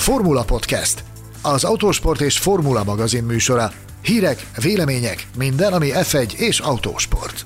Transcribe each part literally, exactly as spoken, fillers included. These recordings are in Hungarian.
Formula Podcast, az autósport és formula magazin műsora. Hírek, vélemények, minden, ami ef egy és autósport.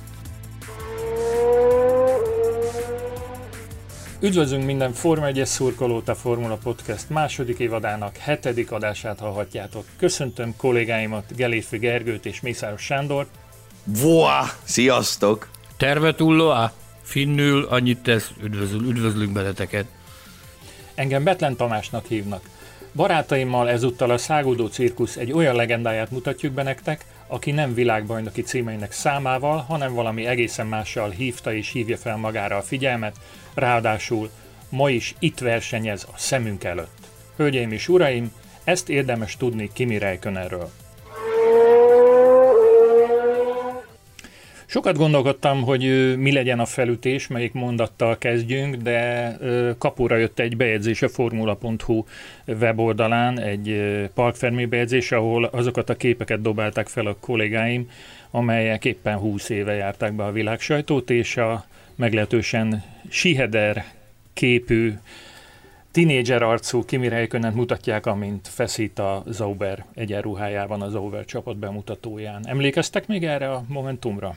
Üdvözlünk minden Forma egyes szurkolót, a Formula Podcast második évadának hetedik adását hallhatjátok. Köszöntöm kollégáimat, Gelérfi Gergőt és Mészáros Sándort. Voa! Sziasztok! Tervetuloa! Finnül annyit tesz, üdvözl, üdvözlünk benneteket. Engem Betlen Tamásnak hívnak. Barátaimmal ezúttal a Száguldó Cirkusz egy olyan legendáját mutatjuk be nektek, aki nem világbajnoki címeinek számával, hanem valami egészen mással hívta és hívja fel magára a figyelmet, ráadásul ma is itt versenyez a szemünk előtt. Hölgyeim és uraim, ezt érdemes tudni Kimi Räikkönenről. Sokat gondolkodtam, hogy mi legyen a felütés, melyik mondattal kezdjünk, de kapura jött egy bejegyzés a formula pont hu weboldalán, egy Parc Fermé bejegyzés, ahol azokat a képeket dobálták fel a kollégáim, amelyek éppen húsz éve járták be a világsajtót, és a meglehetősen siheder képű, tinédzser arcú Kimi Räikkönent mutatják, amint feszít a Sauber egyenruhájában a Sauber csapat bemutatóján. Emlékeztek még erre a momentumra?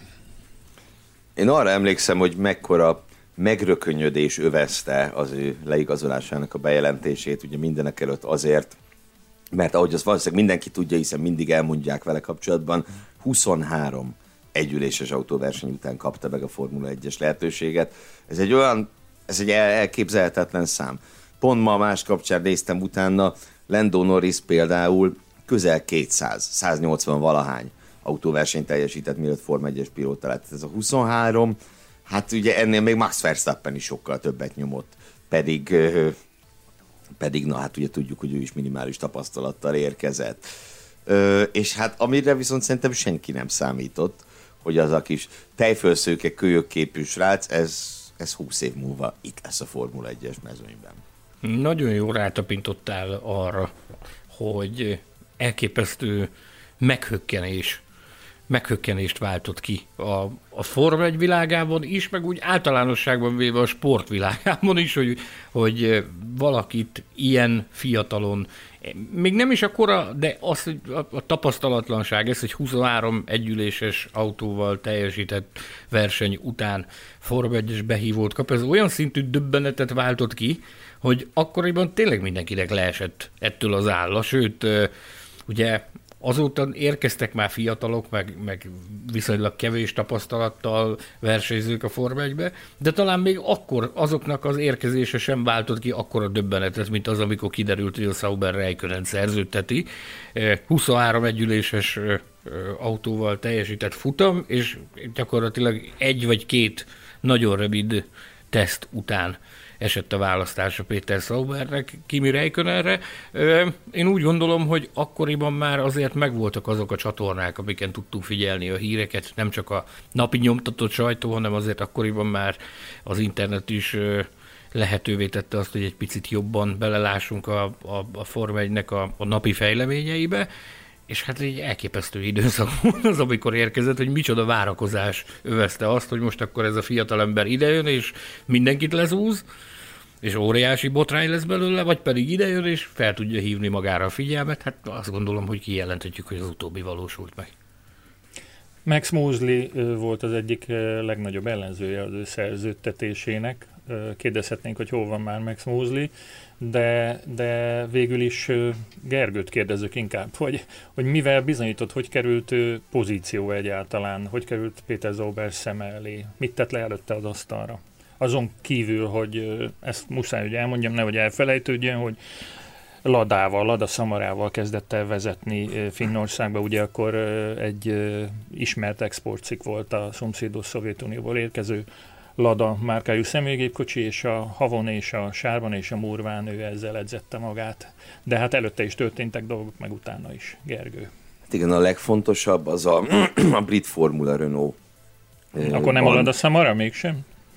Én arra emlékszem, hogy mekkora megrökönyödés övezte az ő leigazolásának a bejelentését, ugye mindenek előtt azért, mert ahogy azt valószínűleg mindenki tudja, hiszen mindig elmondják vele kapcsolatban, huszonhárom együléses autóverseny után kapta meg a Formula egyes lehetőséget. Ez egy olyan, ez egy elképzelhetetlen szám. Pont ma más kapcsán néztem utána, Lando Norris például közel kétszáz, száznyolcvan valahány autóversenyt teljesített, mielőtt Forma egyes pilóta lett. Ez a huszonhárom, hát ugye ennél még Max Verstappen is sokkal többet nyomott, pedig, pedig na hát ugye tudjuk, hogy ő is minimális tapasztalattal érkezett. És hát amire viszont szerintem senki nem számított, hogy az a kis tejfölszőke kölyökképű srác, ez, ez húsz év múlva itt lesz a Formula egyes mezőnyben. Nagyon jól rátapintottál arra, hogy elképesztő meghökkenés, meghökkenést váltott ki a, a Forma egy világában is, meg úgy általánosságban véve a sportvilágában is, hogy, hogy valakit ilyen fiatalon, még nem is a kora, de az, hogy a, a tapasztalatlanság, ez, hogy huszonhárom együléses autóval teljesített verseny után Forma egyes behívót kap, ez olyan szintű döbbenetet váltott ki, hogy akkoriban tényleg mindenkinek leesett ettől az álla, sőt, ugye azóta érkeztek már fiatalok, meg, meg viszonylag kevés tapasztalattal versenyzők a Forma egybe, de talán még akkor azoknak az érkezése sem váltott ki akkora döbbenetet, mint az, amikor kiderült, hogy a Sauber Räikkönen szerződteti. huszonhárom együléses autóval teljesített futam, és gyakorlatilag egy vagy két nagyon rövid teszt után esett a választása Péter Saubernek, Kimi Räikkönenre. Én úgy gondolom, hogy akkoriban már azért megvoltak azok a csatornák, amiken tudtuk figyelni a híreket, nem csak a napi nyomtatott sajtó, hanem azért akkoriban már az internet is lehetővé tette azt, hogy egy picit jobban belelássunk a, a, a Forma egynek a, a napi fejleményeibe, és hát egy elképesztő időszak volt az, amikor érkezett, hogy micsoda várakozás övezte azt, hogy most akkor ez a fiatalember idejön, és mindenkit lezúz, és óriási botrány lesz belőle, vagy pedig idejön, és fel tudja hívni magára a figyelmet. Hát azt gondolom, hogy kijelenthetjük, hogy az utóbbi valósult meg. Max Mosley volt az egyik legnagyobb ellenzője az ő szerződtetésének. Kérdezhetnénk, hogy hol van már Max Mosley, de, de végül is Gergőt kérdezzük inkább, hogy, hogy mivel bizonyított, hogy került pozíció egyáltalán, hogy került Péter Sauber szeme elé, mit tett le előtte az asztalra. Azon kívül, hogy ezt muszáj, hogy elmondjam, nehogy elfelejtődjön, hogy Ladával, Lada Samarával kezdett el vezetni Finnországba, ugye akkor egy ismert exportcikk volt a szomszédos Szovjetunióból érkező Lada márkájú személygépkocsi, és a Havon és a Sárban és a Murván ő ezzel edzette magát. De hát előtte is történtek dolgok, meg utána is, Gergő. Hát igen, a legfontosabb az a, a brit Formula Renault. Akkor nem a Lada Samara mégsem?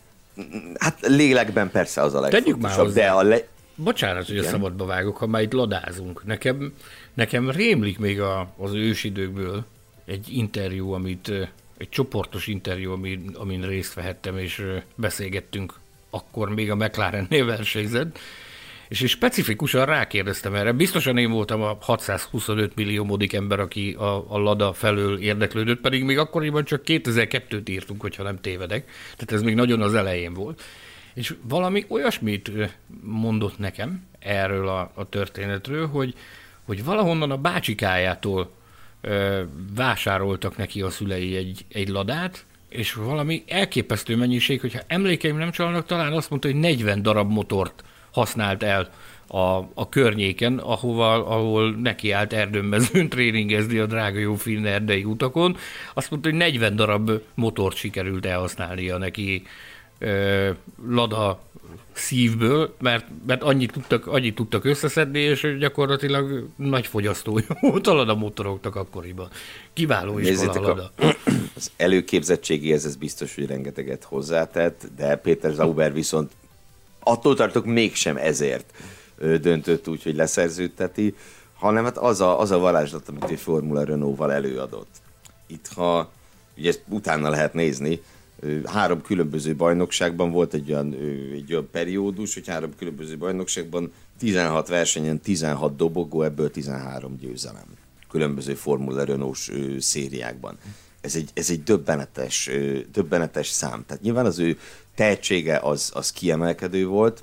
Hát lélekben persze az a legfontosabb, de a le... Bocsánat, hogy a szabadba vágok, ha már itt ladázunk. Nekem, nekem rémlik még a, az ősidőkből egy interjú, amit, egy csoportos interjú, amin, amin részt vehettem, és beszélgettünk, akkor még a McLarennél versenyzett, És én specifikusan rákérdeztem erre. Biztosan én voltam a hatszázhuszonöt milliómodik ember, aki a, a Lada felől érdeklődött, pedig még akkoriban csak kétezer-kettőt írtunk, hogyha nem tévedek. Tehát ez még nagyon az elején volt. És valami olyasmit mondott nekem erről a, a történetről, hogy, hogy valahonnan a bácsikájától ö, vásároltak neki a szülei egy, egy Ladát, és valami elképesztő mennyiség, hogyha emlékeim nem csalnak, talán azt mondta, hogy negyven darab motort használt el a, a környéken, ahova, ahol neki állt erdőmezőn tréningezni a drága jó finn erdei utakon. Azt mondta, hogy negyven darab motort sikerült elhasználnia neki ö, Lada szívből, mert, mert annyit, tudtak, annyit tudtak összeszedni, és gyakorlatilag nagy fogyasztója volt a Lada motoroknak akkoriban. Kiváló iskola a Lada. Az előképzettségéhez ez biztos, hogy rengeteget hozzátett, de Péter Sauber viszont attól tartok mégsem ezért döntött úgy, hogy leszerződteti, hanem hát az a, az a varázslat, amit egy Formula Renault-val előadott. Itt, ha ugye ezt utána lehet nézni, három különböző bajnokságban volt egy olyan, egy olyan periódus, hogy három különböző bajnokságban tizenhat versenyen, tizenhat dobogó, ebből tizenhárom győzelem. Különböző Formula Renault-s szériákban. Ez egy, ez egy döbbenetes, döbbenetes szám. Tehát nyilván az ő tehetsége az, az kiemelkedő volt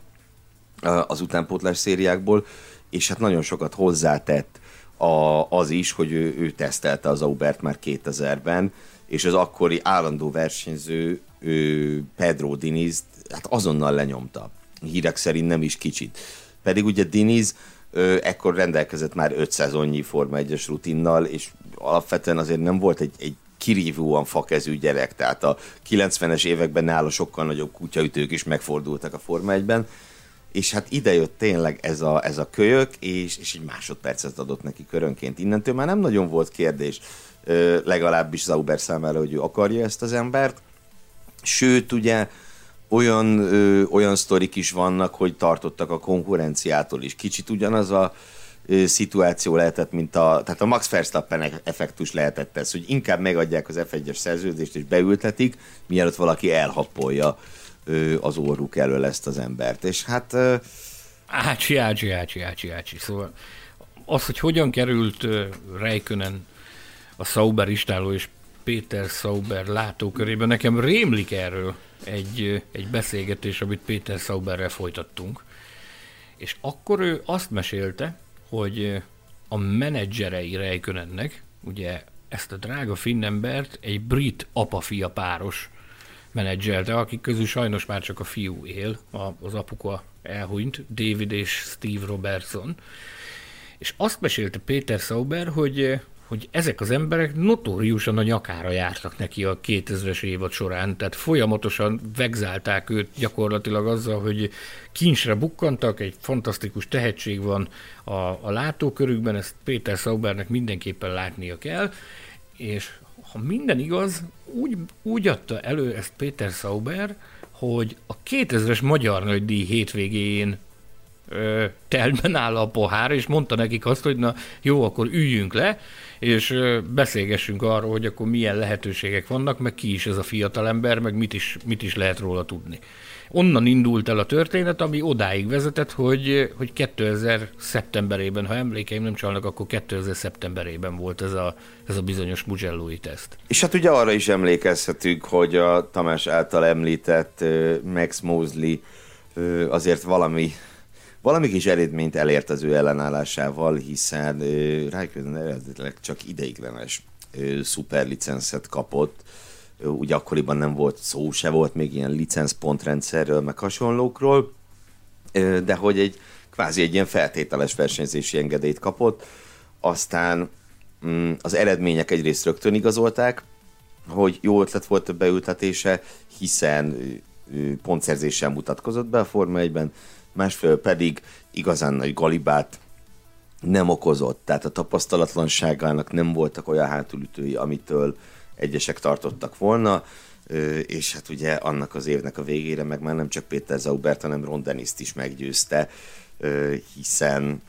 az utánpótlás szériákból, és hát nagyon sokat hozzátett a, az is, hogy ő, ő tesztelte az Aubert már kétezerben, és az akkori állandó versenyző ő, Pedro Diniz hát azonnal lenyomta. Hírek szerint nem is kicsit. Pedig ugye Diniz ő, ekkor rendelkezett már öt szezonnyi Forma egyes rutinnal, és alapvetően azért nem volt egy, egy kirívóan fakezű gyerek, tehát a kilencvenes években nála sokkal nagyobb kutyaütők is megfordultak a Forma egyben, és hát idejött tényleg ez a, ez a kölyök, és, és egy másodpercet adott neki körönként. Innentől már nem nagyon volt kérdés, legalábbis Sauber számára, hogy ő akarja ezt az embert. Sőt, ugye olyan, ö, olyan sztorik is vannak, hogy tartottak a konkurenciától is. Kicsit ugyanaz a ö, szituáció lehetett, mint a, tehát a Max Verstappen effektus lehetett ez, hogy inkább megadják az ef egyes szerződést és beültetik, mielőtt valaki elhappolja ö, az orruk elől ezt az embert. És hát... Ö... Ácsi, ácsi, ácsi, ácsi, ácsi. Szóval az, hogy hogyan került uh, Räikkönen a Sauber istáló és Péter Sauber látókörében, nekem rémlik erről egy, egy beszélgetés, amit Péter Sauberrel folytattunk. És akkor ő azt mesélte, hogy a menedzserei Räikkönennek, ugye ezt a drága finnembert egy brit apa-fia páros menedzselte, akik közül sajnos már csak a fiú él, az apuka elhunyt, David és Steve Robertson. És azt mesélte Péter Sauber, hogy hogy ezek az emberek notóriusan a nyakára jártak neki a kétezres évad során, tehát folyamatosan vegzálták őt gyakorlatilag azzal, hogy kincsre bukkantak, egy fantasztikus tehetség van a, a látókörükben, ezt Péter Saubernek mindenképpen látnia kell, és ha minden igaz, úgy, úgy adta elő ezt Péter Sauber, hogy a kétezres Magyar Nagydíj hétvégén ö, teltben áll a pohár, és mondta nekik azt, hogy na jó, akkor üljünk le, és beszélgessünk arról, hogy akkor milyen lehetőségek vannak, meg ki is ez a fiatalember, meg mit is, mit is lehet róla tudni. Onnan indult el a történet, ami odáig vezetett, hogy, hogy kétezer szeptemberében, ha emlékeim nem csalnak, akkor kétezer szeptemberében volt ez a, ez a bizonyos Mugello-i teszt. És hát ugye arra is emlékezhetünk, hogy a Tamás által említett uh, Max Mosley uh, azért valami Valami kis eredményt elért az ő ellenállásával, hiszen uh, Räikkönen eredetileg csak ideiglenes uh, szuperlicenszet kapott. Uh, ugye akkoriban nem volt szó, se volt még ilyen licenszpontrendszerről, meg hasonlókról, uh, de hogy egy kvázi egy ilyen feltételes versenyzési engedélyt kapott. Aztán um, az eredmények egyrészt rögtön igazolták, hogy jó ötlet volt a beültetése, hiszen uh, pontszerzéssel mutatkozott be a Forma egyben, másfél pedig igazán nagy galibát nem okozott, tehát a tapasztalatlanságának nem voltak olyan hátulütői, amitől egyesek tartottak volna, és hát ugye annak az évnek a végére meg már nem csak Péter Saubert, hanem Ron Denniszt is meggyőzte, hiszen,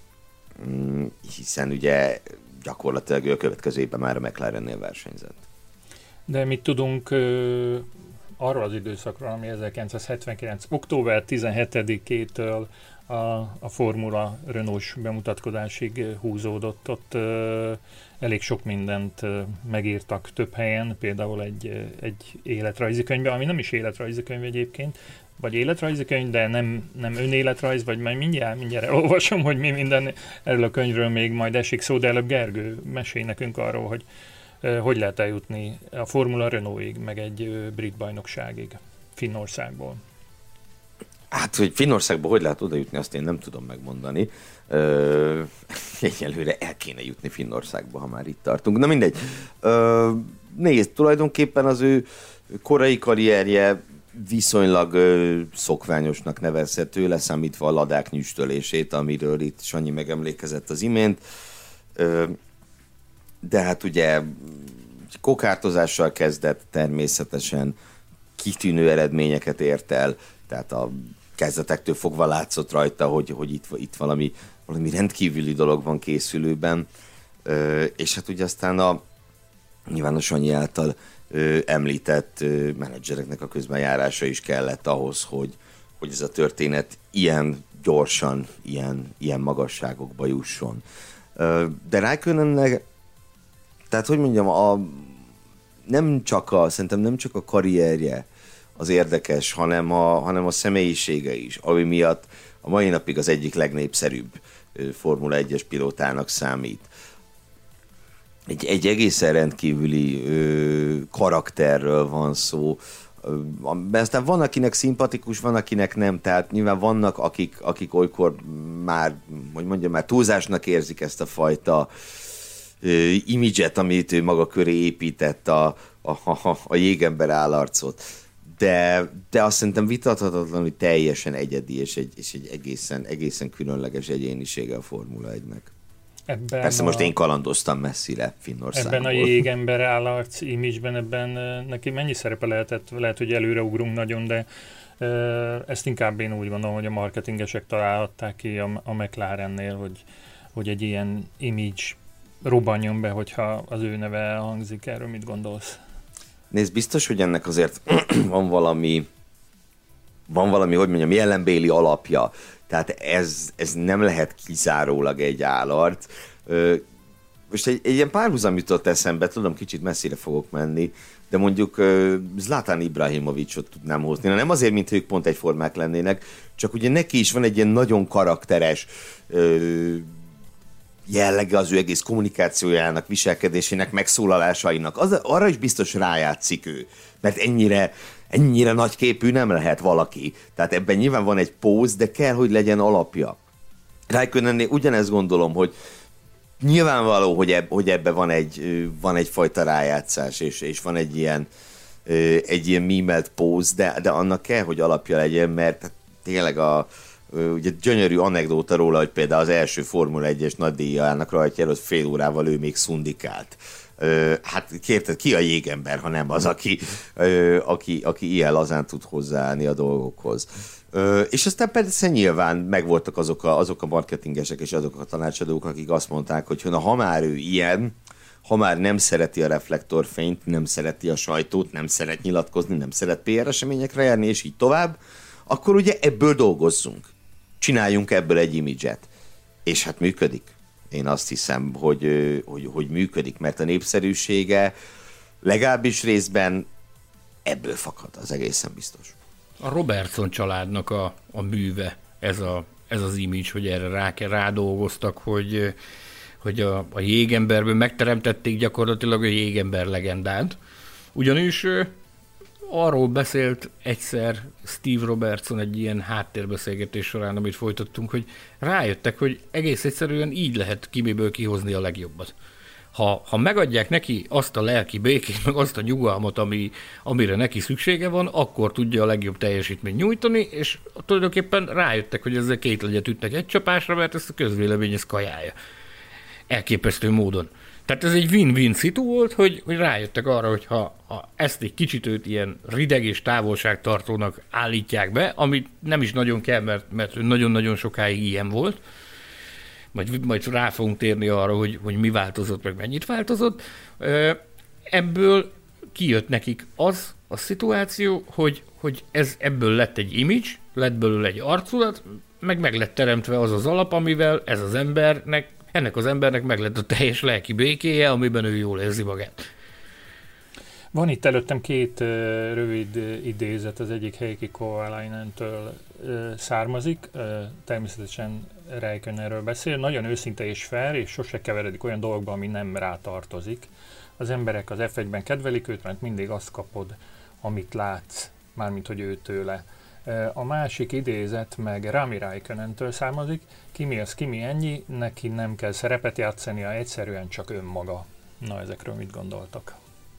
hiszen ugye gyakorlatilag ő a következő évben már a McLarennél versenyzett. De mit tudunk arról az időszakról, ami ezerkilencszázhetvenkilenc. október tizenhetedikétől a, a Formula Renault-s bemutatkozásig húzódott. Ott ö, elég sok mindent ö, megírtak több helyen, például egy, egy életrajzi könyvbe, ami nem is életrajzi könyv egyébként, vagy életrajzi könyv, de nem, nem önéletrajz, vagy majd mindjárt, mindjárt elolvasom, hogy mi minden erről a könyvről még majd esik szó, de előbb Gergő mesélj nekünk arról, hogy uh, hogy lehet eljutni a Formula Renaultig, meg egy uh, brit bajnokságig Finnországból. Hát, hogy Finnországból hogy lehet oda jutni, azt én nem tudom megmondani. Ö, egyelőre el kéne jutni Finnországba, ha már itt tartunk. Na mindegy. Ö, nézd, tulajdonképpen az ő korai karrierje viszonylag ö, szokványosnak nevezhető, leszámítva a ladák nyüstölését, amiről itt Sanyi megemlékezett az imént. Ö, de hát ugye kokártozással kezdett, természetesen kitűnő eredményeket ért el, tehát a kezdetektől fogva látszott rajta, hogy, hogy itt, itt valami, valami rendkívüli dolog van készülőben, ö, és hát ugye aztán a nyilván a Sanyi által ö, említett ö, menedzsereknek a közbenjárása is kellett ahhoz, hogy, hogy ez a történet ilyen gyorsan, ilyen, ilyen magasságokba jusson. Ö, de Räikkönennek, tehát hogy mondjam, a, nem csak a, szerintem nem csak a karrierje az érdekes, hanem a, hanem a személyisége is, ami miatt a mai napig az egyik legnépszerűbb Formula egyes pilótának számít. Egy, egy egészen rendkívüli ö, karakterről van szó, ö, aztán van, akinek szimpatikus, van, akinek nem, tehát nyilván vannak, akik, akik olykor már, hogy mondjam, már túlzásnak érzik ezt a fajta ö, imidzset, amit ő maga köré épített, a, a, a, a jégember állarcot. De, de azt szerintem vitathatatlan, hogy teljesen egyedi, és egy, és egy egészen, egészen különleges egyénisége a Formula egynek. Ebben Persze a... most én kalandoztam messzire Finnországból. Ebben a jégember állarc image-ben, ebben neki mennyi szerepe lehetett? Lehet, hogy előreugrunk nagyon, de ezt inkább én úgy gondolom, hogy a marketingesek találhatták ki a, a McLarennél, hogy, hogy egy ilyen image robbanjon be, hogyha az ő neve elhangzik. Erről mit gondolsz? Nézd, biztos, hogy ennek azért van valami, van valami, hogy mondjam, jelenbéli alapja. Tehát ez, ez nem lehet kizárólag egy állarc. Most egy, egy ilyen párhuzam jutott eszembe, tudom, kicsit messzire fogok menni, de mondjuk Zlatan Ibrahimovićot tudnám hozni. Na, nem azért, mint ők pont egyformák lennének, csak ugye neki is van egy ilyen nagyon karakteres jellege az ő egész kommunikációjának, viselkedésének, megszólalásainak. Az, arra is biztos rájátszik ő, mert ennyire, ennyire nagyképű nem lehet valaki. Tehát ebben nyilván van egy póz, de kell, hogy legyen alapja. Räikkönennél ugyanezt gondolom, hogy nyilvánvaló, hogy, eb, hogy ebben van, egy, van egyfajta rájátszás, és, és van egy ilyen, egy ilyen mímelt póz, de, de annak kell, hogy alapja legyen, mert tényleg a ugye gyönyörű anekdóta róla, hogy például az első Formula egyes nagydíjának rajta előtt fél órával ő még szundikált. Hát kérted, ki a jégember, ha nem az, aki, aki, aki ilyen lazán tud hozzáállni a dolgokhoz. És aztán persze nyilván megvoltak azok a, azok a marketingesek és azok a tanácsadók, akik azt mondták, hogy na, ha már ő ilyen, ha már nem szereti a reflektorfényt, nem szereti a sajtót, nem szeret nyilatkozni, nem szeret pé er eseményekre járni, és így tovább, akkor ugye ebből dolgozzunk. Csináljunk ebből egy imidzset. És hát működik. Én azt hiszem, hogy, hogy, hogy működik, mert a népszerűsége legalábbis részben ebből fakad, az egészen biztos. A Robertson családnak a, a műve ez, a, ez az image, hogy erre rá, rádolgoztak, hogy, hogy a, a jégemberből megteremtették gyakorlatilag a jégember legendát. Ugyanis arról beszélt egyszer Steve Robertson egy ilyen háttérbeszélgetés során, amit folytattunk, hogy rájöttek, hogy egész egyszerűen így lehet kimiből kihozni a legjobbat. Ha, ha megadják neki azt a lelki békét, meg azt a nyugalmat, ami, amire neki szüksége van, akkor tudja a legjobb teljesítményt nyújtani, és tulajdonképpen rájöttek, hogy ezzel két legyet ütnek egy csapásra, mert ezt a közvélemény ez kajálja. Elképesztő módon. Tehát ez egy win-win szitu volt, hogy, hogy rájöttek arra, hogy ha, ha ezt egy kicsit őt ilyen rideg és távolságtartónak állítják be, amit nem is nagyon kell, mert, mert nagyon-nagyon sokáig ilyen volt, majd, majd rá fogunk térni arra, hogy, hogy mi változott, meg mennyit változott, ebből kijött nekik az, a szituáció, hogy, hogy ez ebből lett egy image, lett belőle egy arculat, meg meg lett teremtve az az alap, amivel ez az embernek, ennek az embernek meg lett a teljes lelki békéje, amiben ő jól érzi magát. Van itt előttem két uh, rövid uh, idézet, az egyik Heikki Kovalainentől uh, származik, uh, természetesen Räikkönenről beszél, nagyon őszinte és fair, és sose keveredik olyan dolgokba, ami nem rá tartozik. Az emberek az ef egyben kedvelik őt, mert mindig azt kapod, amit látsz, mármint hogy ő tőle. Uh, a másik idézet meg Rami Räikkönentől származik, Kimi az Kimi ennyi, neki nem kell szerepet játszania, egyszerűen csak önmaga. Na, ezekről mit gondoltak?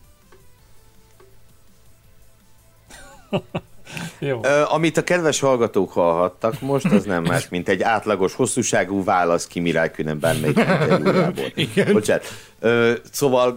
Jó. Ö, amit a kedves hallgatók hallhattak most, az nem más, mint egy átlagos, hosszúságú válasz Kimi Räikkönen bármelyik interjújából. Bocsánat. Ö, szóval,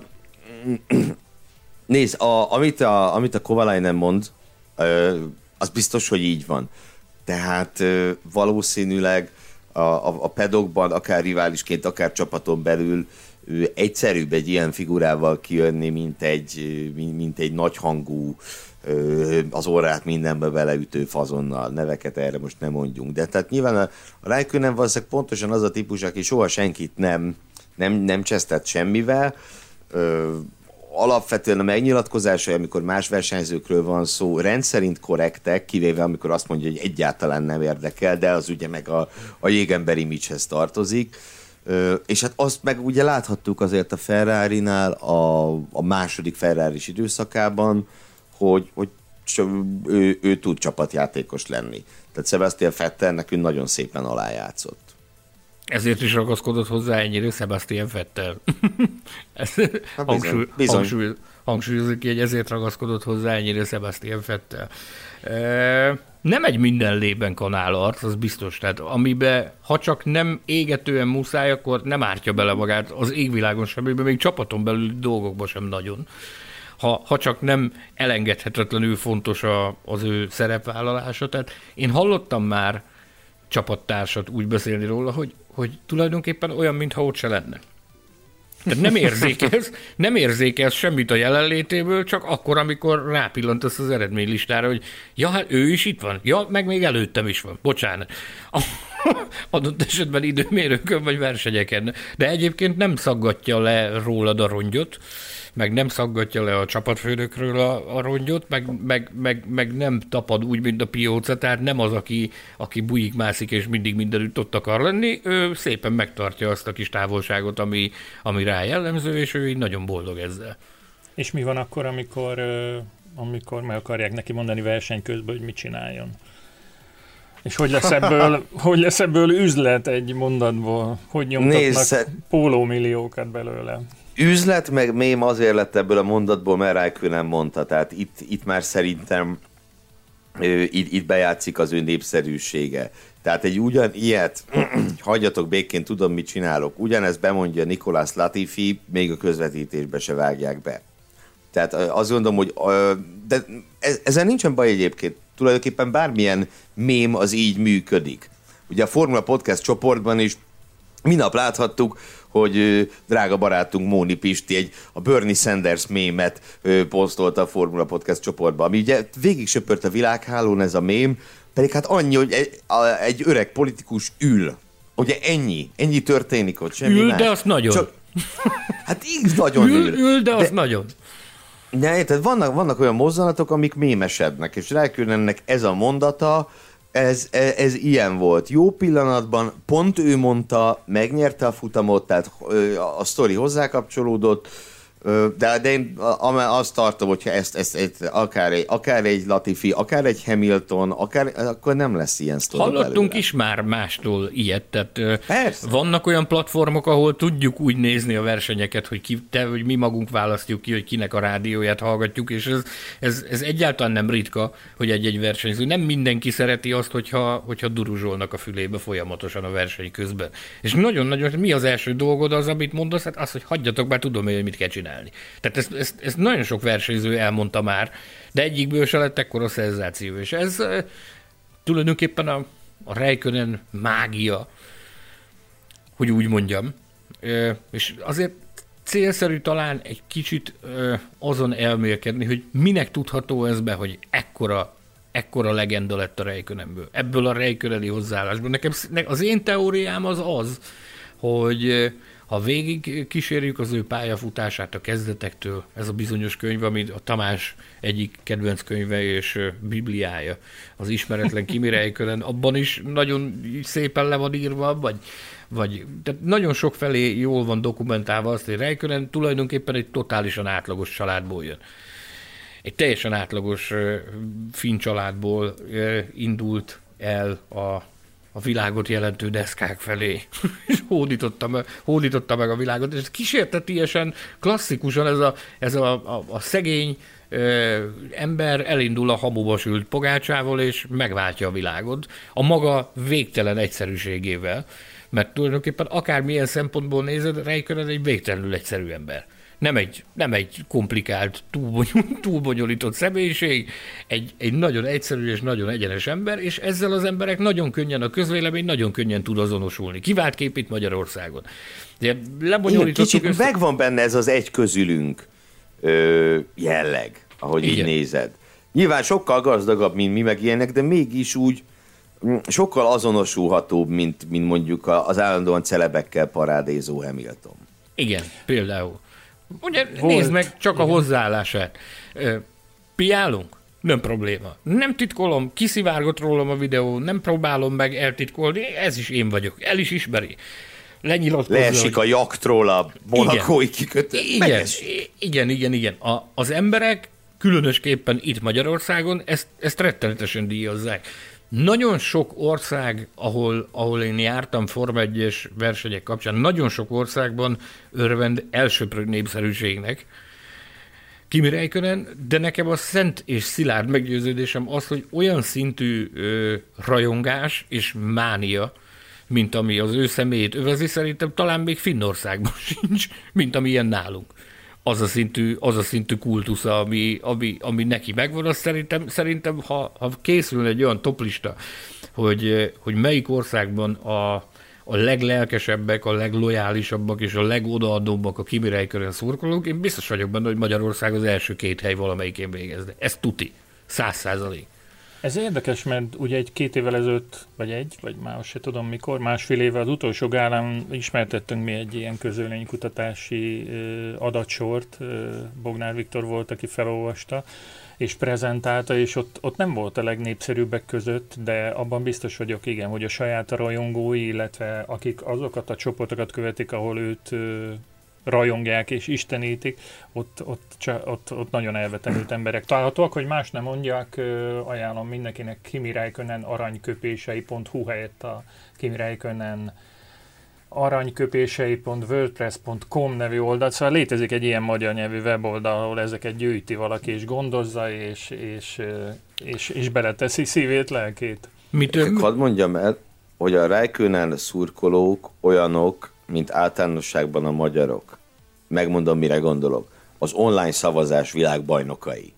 nézd, a, amit, a, amit a Kovalainen mond, ö, az biztos, hogy így van. Tehát ö, valószínűleg a, a, a pedokban, akár riválisként, akár csapaton belül ö, egyszerűbb egy ilyen figurával kijönni, mint egy, mint, mint egy nagyhangú, az orrát mindenbe beleütő fazonnal, neveket erre most nem mondjunk. De tehát nyilván a Räikkönen valószínűleg pontosan az a típus, aki soha senkit nem, nem, nem csesztett semmivel. Ö, alapvetően a megnyilatkozásai, amikor más versenyzőkről van szó, rendszerint korrektek, kivéve amikor azt mondja, hogy egyáltalán nem érdekel, de az ugye meg a, a jégember image-hez tartozik. Ö, és hát azt meg ugye láthattuk azért a Ferrarinál a, a második Ferraris időszakában, hogy, hogy ő, ő tud csapatjátékos lenni. Tehát Sebastian Vettel nekünk nagyon szépen alájátszott. Ezért is ragaszkodott hozzá ennyire Sebastian Vettel. Hát bizony, bizony. Hangsúly, hangsúlyozik ki, hogy ezért ragaszkodott hozzá ennyire Sebastian Vettel. E, nem egy minden lében kanálarc, az biztos. Tehát amiben, ha csak nem égetően muszáj, akkor nem ártja bele magát az égvilágon semmiben, még csapaton belül dolgokban sem nagyon. Ha, ha csak nem elengedhetetlenül fontos a, az ő szerepvállalása. Tehát én hallottam már csapattársat úgy beszélni róla, hogy, hogy tulajdonképpen olyan, mintha ott se lenne. Tehát nem érzékelsz, nem érzékelsz semmit a jelenlétéből, csak akkor, amikor rápillantasz az eredménylistára, hogy ja, hát ő is itt van, ja, meg még előttem is van, bocsánat. Adott esetben időmérőkön vagy versenyeken. De egyébként nem szaggatja le rólad a rongyot, meg nem szaggatja le a csapatfőnökről a, a rongyot, meg, meg, meg, meg nem tapad úgy, mint a pióca, tehát nem az, aki, aki bujik, mászik, és mindig mindenütt ott akar lenni, ő szépen megtartja azt a kis távolságot, ami, ami rá jellemző, és ő így nagyon boldog ezzel. És mi van akkor, amikor, amikor meg akarják neki mondani verseny közben, hogy mit csináljon? És hogy lesz ebből, hogy lesz ebből üzlet egy mondatból? Hogy nyomtatnak Nézze. pólómilliókat belőle? Üzlet meg mém azért lett ebből a mondatból, mert Räikkönen mondta, tehát itt, itt már szerintem itt, itt bejátszik az ő népszerűsége. Tehát egy ugyan ilyet, hagyjatok békén, tudom, mit csinálok, ugyanezt bemondja Nicolas Latifi, még a közvetítésbe se vágják be. Tehát azt gondolom, hogy de ezen nincsen baj egyébként, tulajdonképpen bármilyen mém az így működik. Ugye a Formula Podcast csoportban is minap láthattuk, hogy drága barátunk Móni Pisti egy a Bernie Sanders mémet posztolta a Formula Podcast csoportba, ami ugye végig söpört a világhálón ez a mém, pedig hát annyi, hogy egy, egy öreg politikus ül. Ugye ennyi, ennyi történik ott, semmi ül, más. de azt nagyon. Csak, hát így nagyon ül. Ül, ül de azt de, nagyon. Ne, tehát vannak, vannak olyan mozzanatok, amik mémesednek, és Räikkönennek ez a mondata, Ez, ez, ez ilyen volt. Jó pillanatban, pont ő mondta, megnyerte a futamot, tehát a, a sztori hozzákapcsolódott, de, de én azt tartom, hogyha ezt, ezt, ezt akár, egy, akár egy Latifi, akár egy Hamilton, akár, akkor nem lesz ilyen sztori. Hallottunk belőle. is már mástól ilyet, tehát Persze. Vannak olyan platformok, ahol tudjuk úgy nézni a versenyeket, hogy, ki, te, hogy mi magunk választjuk ki, hogy kinek a rádióját hallgatjuk, és ez, ez, ez egyáltalán nem ritka, hogy egy-egy versenyző. Nem mindenki szereti azt, hogyha, hogyha duruzsolnak a fülébe folyamatosan a verseny közben. És nagyon-nagyon, mi az első dolgod az, amit mondasz? Hát az, hogy hagyjatok, bár tudom, hogy mit kell csinálni. Tehát ezt, ezt, ezt nagyon sok versenyző elmondta már, de egyikből se lett ekkora szenzáció. És ez e, tulajdonképpen a, a Räikkönen mágia, hogy úgy mondjam. E, és azért célszerű talán egy kicsit ö, azon elmélkedni, hogy minek tudható ez be, hogy ekkora, ekkora legenda lett a Räikkönenből, ebből a Räikköneni hozzáállásból. Nekem az én teóriám az az, hogy ha végig kísérjük az ő pályafutását a kezdetektől, ez a bizonyos könyv, ami a Tamás egyik kedvenc könyve és bibliája, az ismeretlen Kimi Räikkönen, abban is nagyon szépen le van írva, vagy, vagy tehát nagyon sok felé jól van dokumentálva azt, hogy Räikkönen tulajdonképpen egy totálisan átlagos családból jön. Egy teljesen átlagos finn családból indult el a a világot jelentő deszkák felé, és hódította meg, hódította meg a világot, és kísértetiesen, klasszikusan ez a, ez a, a, a szegény ö, ember elindul a hamuba sült pogácsával, és megváltja a világot a maga végtelen egyszerűségével, mert tulajdonképpen akármilyen szempontból nézed, Räikkönen egy végtelenül egyszerű ember. Nem egy, nem egy komplikált, túlbonyolított, túlbonyolított személyiség, egy, egy nagyon egyszerű és nagyon egyenes ember, és ezzel az emberek nagyon könnyen, a közvélemény nagyon könnyen tud azonosulni. Kivált kép itt Magyarországon. De kicsit össze... megvan benne ez az egy közülünk ö, jelleg, ahogy igen. Így nézed. Nyilván sokkal gazdagabb, mint mi meg ilyenek, de mégis úgy sokkal azonosulhatóbb, mint, mint mondjuk az állandóan celebekkel parádézó Hamilton. Igen, például. Ugye volt. Nézd meg csak igen. A hozzáállását. Piálunk? Nem probléma. Nem titkolom, kiszivárgott rólam a videó, nem próbálom meg eltitkolni, ez is én vagyok, el is ismeri. Lenyilatkozza, leesik hogy... a jaktról a monakói kikötő. Igen, igen, igen, igen. A, az emberek, különösképpen itt Magyarországon, ezt, ezt rettenetesen díjazzák. Nagyon sok ország, ahol, ahol én jártam Forma egyes versenyek kapcsán, nagyon sok országban örvend elsöprő népszerűségnek Kimi Räikkönen, de nekem a szent és szilárd meggyőződésem az, hogy olyan szintű ö, rajongás és mánia, mint ami az ő személyét övezi, szerintem talán még Finnországban sincs, mint amilyen nálunk. Az a szintű, az a szintű kultusza, ami, ami, ami neki megvan, az szerintem, szerintem ha, ha készül egy olyan toplista, hogy, hogy melyik országban a, a leglelkesebbek, a leglojálisabbak és a legodaadóbbak a Kimi Räikkönen szurkolók, én biztos vagyok benne, hogy Magyarország az első két hely valamelyikén végezne. Ez tuti. Száz százalék. Ez érdekes, mert ugye egy két évvel ezelőtt, vagy egy, vagy már se tudom mikor, másfél évvel az utolsó gálán ismertettünk mi egy ilyen közölénykutatási adatsort. Bognár Viktor volt, aki felolvasta, és prezentálta, és ott, ott nem volt a legnépszerűbbek között, de abban biztos vagyok, igen, hogy a saját rajongói, illetve akik azokat a csoportokat követik, ahol őt rajongják és istenítik, ott, ott, ott, ott nagyon elvetemült emberek találhatóak, hogy más nem mondják, ajánlom mindenkinek Kimi Räikkönen aranyköpései pont hu helyett a Kimi Räikkönen aranyköpései pont wordpress pont com nevű oldalt, szóval létezik egy ilyen magyar nyelvű weboldal, ahol ezeket gyűjti valaki, és gondozza, és, és, és, és beleteszi szívét, lelkét. Mit ön... Hadd mondjam el, hogy a Räikkönen szurkolók olyanok, mint általánosságban a magyarok. Megmondom, mire gondolok. Az online szavazás világbajnokai.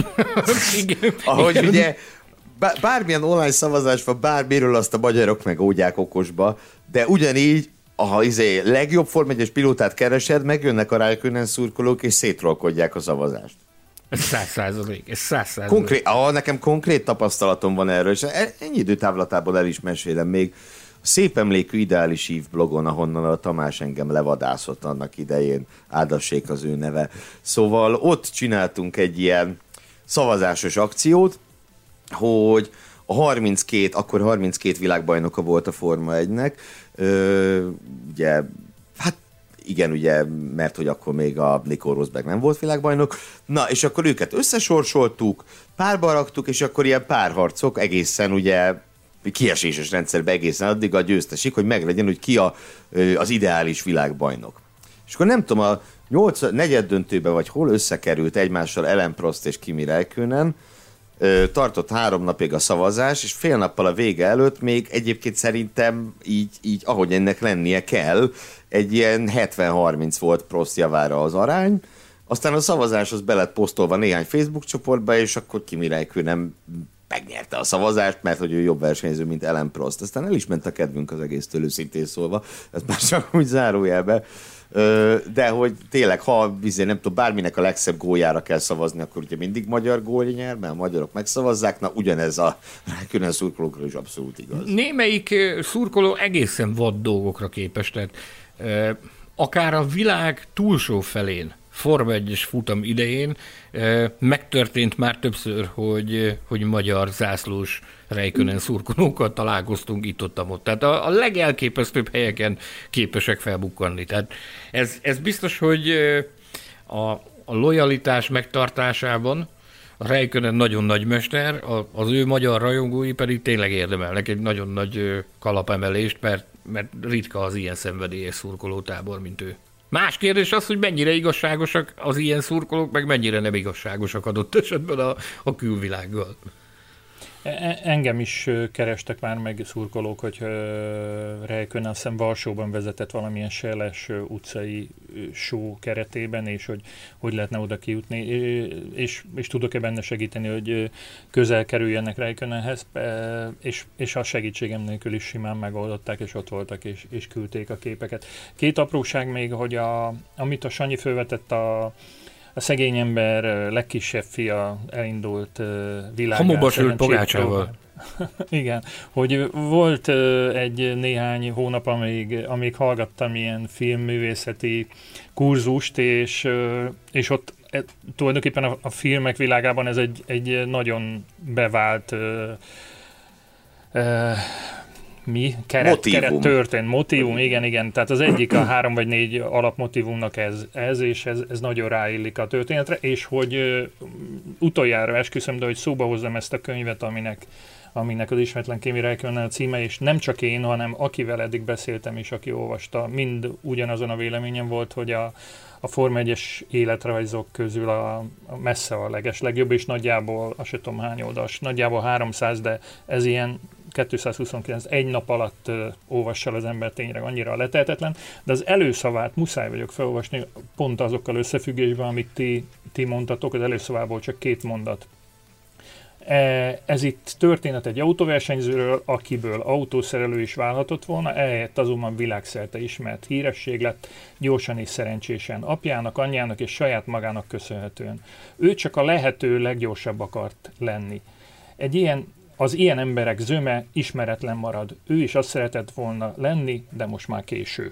Igen. Ahogy igen. Ugye bármilyen online szavazás van, bármiről azt a magyarok meg ógyák okosba, de ugyanígy, ha izé legjobb Forma egyes pilótát keresed, megjönnek a Räikkönen szurkolók, és szétrolkodják a szavazást. Ez száz százalék, ez száz százalék. Konkrét, ah, nekem konkrét tapasztalatom van erről, és ennyi időtávlatából el is mesélem még. Szép emlékű Ideális Ív blogon, ahonnan a Tamás engem levadászott annak idején, áldassék az ő neve. Szóval ott csináltunk egy ilyen szavazásos akciót, hogy a harminckét, akkor harminckét világbajnoka volt a Forma egynek, Ö, ugye, hát igen, ugye, mert hogy akkor még a Nico Rosberg nem volt világbajnok, na, és akkor őket összesorsoltuk, párba raktuk, és akkor ilyen párharcok egészen ugye kieséses rendszerben egészen addig a győztesig, hogy meglegyen, hogy ki a, az ideális világbajnok. És akkor nem tudom, a nyolc, negyed döntőben vagy hol összekerült egymással Alain Prost és Kimi Räikkönen, tartott három napig a szavazás, és fél nappal a vége előtt még egyébként szerintem így, így ahogy ennek lennie kell, egy ilyen hetven harminc volt Prost javára az arány, aztán a szavazás az be lett posztolva néhány Facebook csoportba, és akkor Kimi Räikkönen megnyerte a szavazást, mert hogy ő jobb versenyző, mint Alain Prost. Aztán el is ment a kedvünk az egésztől, őszintén szólva. Ez már csak úgy zárójelbe. De hogy tényleg, ha nem tudom, bárminek a legszebb góljára kell szavazni, akkor ugye mindig magyar gólja nyer, mert a magyarok megszavazzák, na ugyanez a Räikkönen szurkolókról is abszolút igaz. Némelyik szurkoló egészen vad dolgokra képes, tehát akár a világ túlsó felén, Forma egyes futam idején megtörtént már többször, hogy, hogy magyar zászlós Räikkönen szurkolókkal találkoztunk itt-ott-ott. Tehát a, a legelképesztőbb helyeken képesek felbukkanni. Tehát ez, ez biztos, hogy a, a lojalitás megtartásában a Räikkönen nagyon nagy mester, az ő magyar rajongói pedig tényleg érdemelnek egy nagyon nagy kalapemelést, mert, mert ritka az ilyen szenvedélyes szurkolótábor, mint ő. Más kérdés az, hogy mennyire igazságosak az ilyen szurkolók, meg mennyire nem igazságosak adott esetben a, a külvilággal. Engem is kerestek már meg szurkolók, hogy Räikkönen azt hiszem Varsóban vezetett valamilyen seles utcai show keretében, és hogy hogy lehetne oda kijutni, és, és tudok-e benne segíteni, hogy közel kerüljenek Räikkönenhez, és, és a segítségem nélkül is simán megoldották, és ott voltak, és, és küldték a képeket. Két apróság még, hogy a, amit a Sanyi fölvetett a A szegény ember legkisebb fia elindult világán. Hamuba sült pogácsával. Igen, hogy volt egy néhány hónap, amíg, amíg hallgattam ilyen filmművészeti kurzust, és, és ott tulajdonképpen a, a filmek világában ez egy, egy nagyon bevált mi? Keret, keret történt, motívum, igen, igen. Tehát az egyik a három vagy négy alapmotívumnak ez, ez és ez, ez nagyon ráillik a történetre, és hogy uh, utoljára esküszöm, de hogy szóba hozzam ezt a könyvet, aminek, aminek az Ismeretlen Kimi Räikkönen a címe, és nem csak én, hanem akivel eddig beszéltem, és aki olvasta, mind ugyanazon a véleményem volt, hogy a, a Forma egyes életrajzok közül a, a messze a leges legjobb, és nagyjából, azt sem tudom hány oldalas, nagyjából háromszáz, de ez ilyen kétszázhuszonkilenc, egy nap alatt uh, olvassa az ember tényleg annyira letehetetlen, de az előszavát muszáj vagyok felolvasni, pont azokkal összefüggésben, amit ti, ti mondtatok, az előszavából csak két mondat. E, ez itt történet egy autóversenyzőről, akiből autószerelő is válhatott volna, ehelyett azonban világszerte ismert híresség lett, gyorsan és szerencsésen apjának, anyjának és saját magának köszönhetően. Ő csak a lehető leggyorsabb akart lenni. Egy ilyen Az ilyen emberek zöme ismeretlen marad. Ő is azt szeretett volna lenni, de most már késő.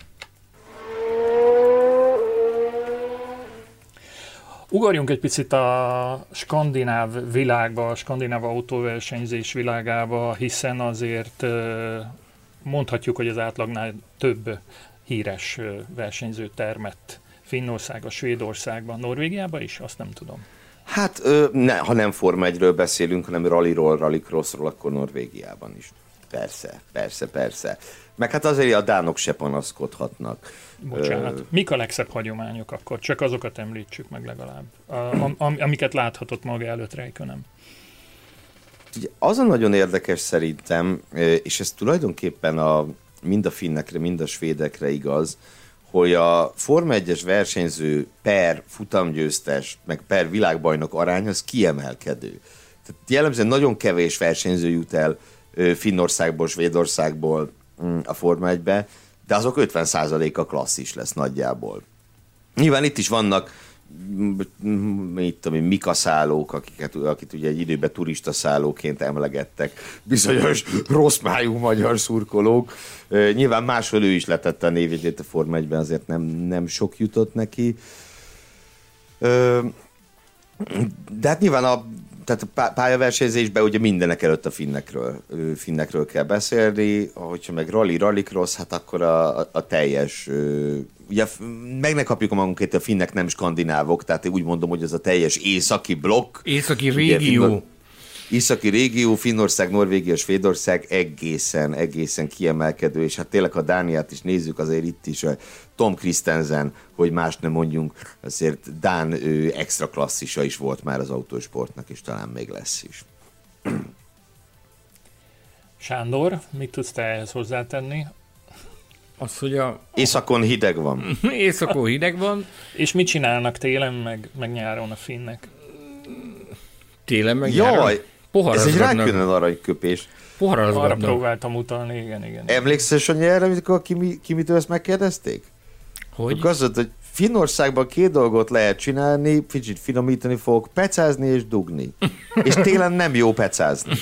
Ugorjunk egy picit a skandináv világba, a skandináv autóversenyzés világába, hiszen azért mondhatjuk, hogy az átlagnál több híres versenyző termett Finnországban, Svédországban, Norvégiában is, azt nem tudom. Hát, ö, ne, ha nem Forma egyről beszélünk, hanem rallyról, rallycrossról, akkor Norvégiában is. Persze, persze, persze. Meg hát azért a dánok se panaszkodhatnak. Bocsánat. Ö... Mik a legszebb hagyományok akkor? Csak azokat említsük meg legalább. A, am, amiket láthatott maga előtt Räikkönen. Az a nagyon érdekes szerintem, és ez tulajdonképpen a, mind a finnekre, mind a svédekre igaz, hogy a Forma egyes versenyző per futamgyőztes, meg per világbajnok arány az kiemelkedő. Tehát jellemzően nagyon kevés versenyző jut el Finnországból, Svédországból a Forma egybe, de azok ötven százaléka klasszis lesz nagyjából. Nyilván itt is vannak mit tudom én, mikaszállók, akiket, akit ugye egy időben turistaszállóként emlegettek, bizonyos rossz májú magyar szurkolók. Uh, nyilván máshol ő is letette a névjegyét a Forma egyben, azért nem, nem sok jutott neki. Uh, de hát nyilván a, tehát a pályaversenyzésben ugye mindenek előtt a finnekről, finnekről kell beszélni, hogyha meg rally, rallycross, hát akkor a, a, a teljes... Ugye meg ne kapjuk a magunkét, a finnek nem skandinávok, tehát én úgy mondom, hogy ez a teljes északi blokk. Északi régió. Ugye, északi régió, Finnország, Norvégia, Svédország egészen, egészen kiemelkedő, és hát tényleg a Dániát is nézzük, azért itt is a Tom Kristensen, hogy más nem mondjunk, azért dán ő, extra klasszisa is volt már az autósportnak, és talán még lesz is. Sándor, mit tudsz te ehhez hozzátenni? Az, hogy a... Északon hideg van. Északon hideg van. És mit csinálnak télen, meg, meg nyáron a finnek? Télen, meg Jaj, nyáron? Ez egy Räikkönen aranyköpés. Arra próbáltam utalni, igen, igen. Emlékszel, Sanyi, erre, amikor Kimi, Kimitől ezt megkérdezték? Hogy? Azt, hogy Finnországban két dolgot lehet csinálni, kicsit finomítani fogok, pecázni és dugni. És télen nem jó pecázni.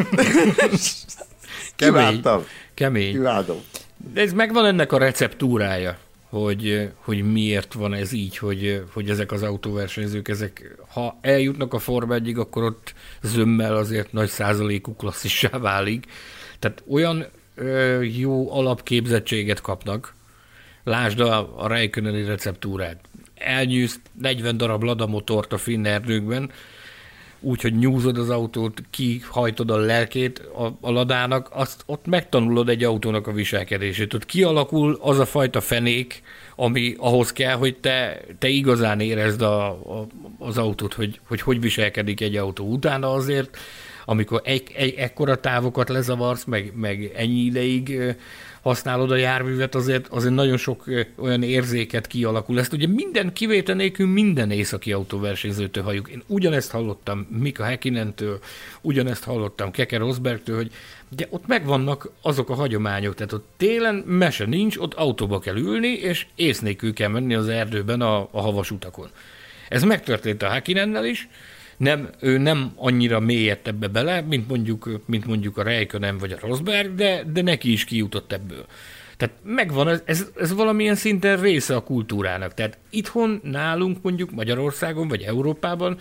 Kemény. Kemény. Kiváltom. De ez megvan ennek a receptúrája, hogy, hogy miért van ez így, hogy, hogy ezek az autóversenyzők, ezek, ha eljutnak a Forma egyig, akkor ott zömmel azért nagy százalékú klasszissá válik. Tehát olyan ö, jó alapképzettséget kapnak, lásd a, a Räikköneni receptúrát. Elnyűsz negyven darab Lada motort a finn erdőkben, úgyhogy nyúzod az autót, kihajtod a lelkét a, a Ladának, azt ott megtanulod egy autónak a viselkedését. Ott kialakul az a fajta fenék, ami ahhoz kell, hogy te, te igazán érezd a, a, az autót, hogy, hogy hogy viselkedik egy autó. Utána azért, amikor egy, egy, ekkora távokat lezavarsz, meg, meg ennyi ideig használod a járművet, azért, azért nagyon sok olyan érzéket kialakul. Ezt ugye minden kivétel nélkül minden északi autóversenyzőtől halljuk. Én ugyanezt hallottam Mika Häkkinentől, ugyanezt hallottam Keke Rosbergtől, hogy de ott megvannak azok a hagyományok, tehát ott télen mese nincs, ott autóba kell ülni, és ész nélkül kell menni az erdőben a, a havas utakon. Ez megtörtént a Häkkinennel is, Nem, ő nem annyira mélyett ebbe bele, mint mondjuk, mint mondjuk a Räikkönen vagy a Rosberg, de, de neki is kijutott ebből. Tehát megvan, ez, ez, ez valamilyen szinten része a kultúrának. Tehát itthon, nálunk mondjuk Magyarországon vagy Európában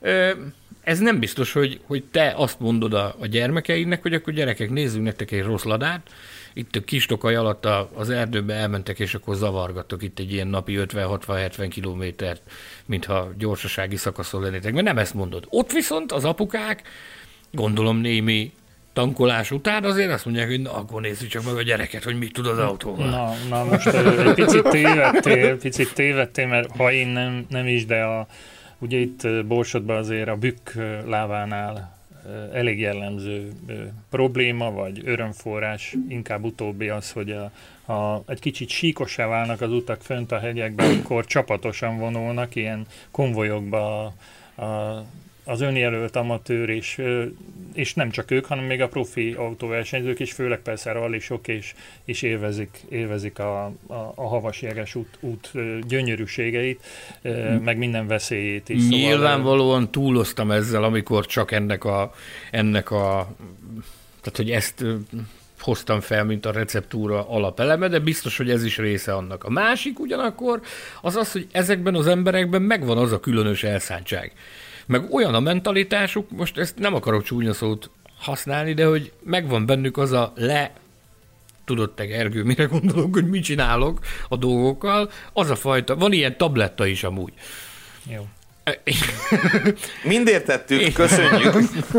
ez nem biztos, hogy, hogy te azt mondod a, a gyermekeidnek, hogy akkor gyerekek, nézzünk nektek egy rossz Ladát, itt a kis tokaj alatt az erdőbe elmentek, és akkor zavargattok itt egy ilyen napi ötven-hatvan-hetven kilométert, mintha gyorsasági szakaszon lennétek. Mert nem ezt mondod. Ott viszont az apukák, gondolom némi tankolás után azért azt mondják, hogy na, akkor nézzük csak meg a gyereket, hogy mit tud az autóval. Na, na most egy picit tévedtél, picit tévedtél, mert ha én nem, nem is, de a, ugye itt Borsodban azért a Bükk lávánál elég jellemző probléma, vagy örömforrás, inkább utóbbi az, hogy a, a, egy kicsit síkossá válnak az utak fönt a hegyekben, amikor csapatosan vonulnak, ilyen konvojokba a, a, az önjelölt amatőr, és, és nem csak ők, hanem még a profi autóversenyzők is, főleg persze a rallisok, és, és élvezik, élvezik a, a, a havasjeges út, út gyönyörűségeit, meg minden veszélyét is. Nyilvánvalóan szóval túloztam ezzel, amikor csak ennek a, ennek a tehát, hogy ezt hoztam fel, mint a receptúra alapeleme, de biztos, hogy ez is része annak. A másik ugyanakkor az az, hogy ezekben az emberekben megvan az a különös elszántság. Meg olyan a mentalitásuk, most ezt nem akarok csúnya szót használni, de hogy megvan bennük az a le, tudod te Gergő, mire gondolok, hogy mit csinálok a dolgokkal, az a fajta, van ilyen tabletta is amúgy. Jó. Mind értettük, köszönjük.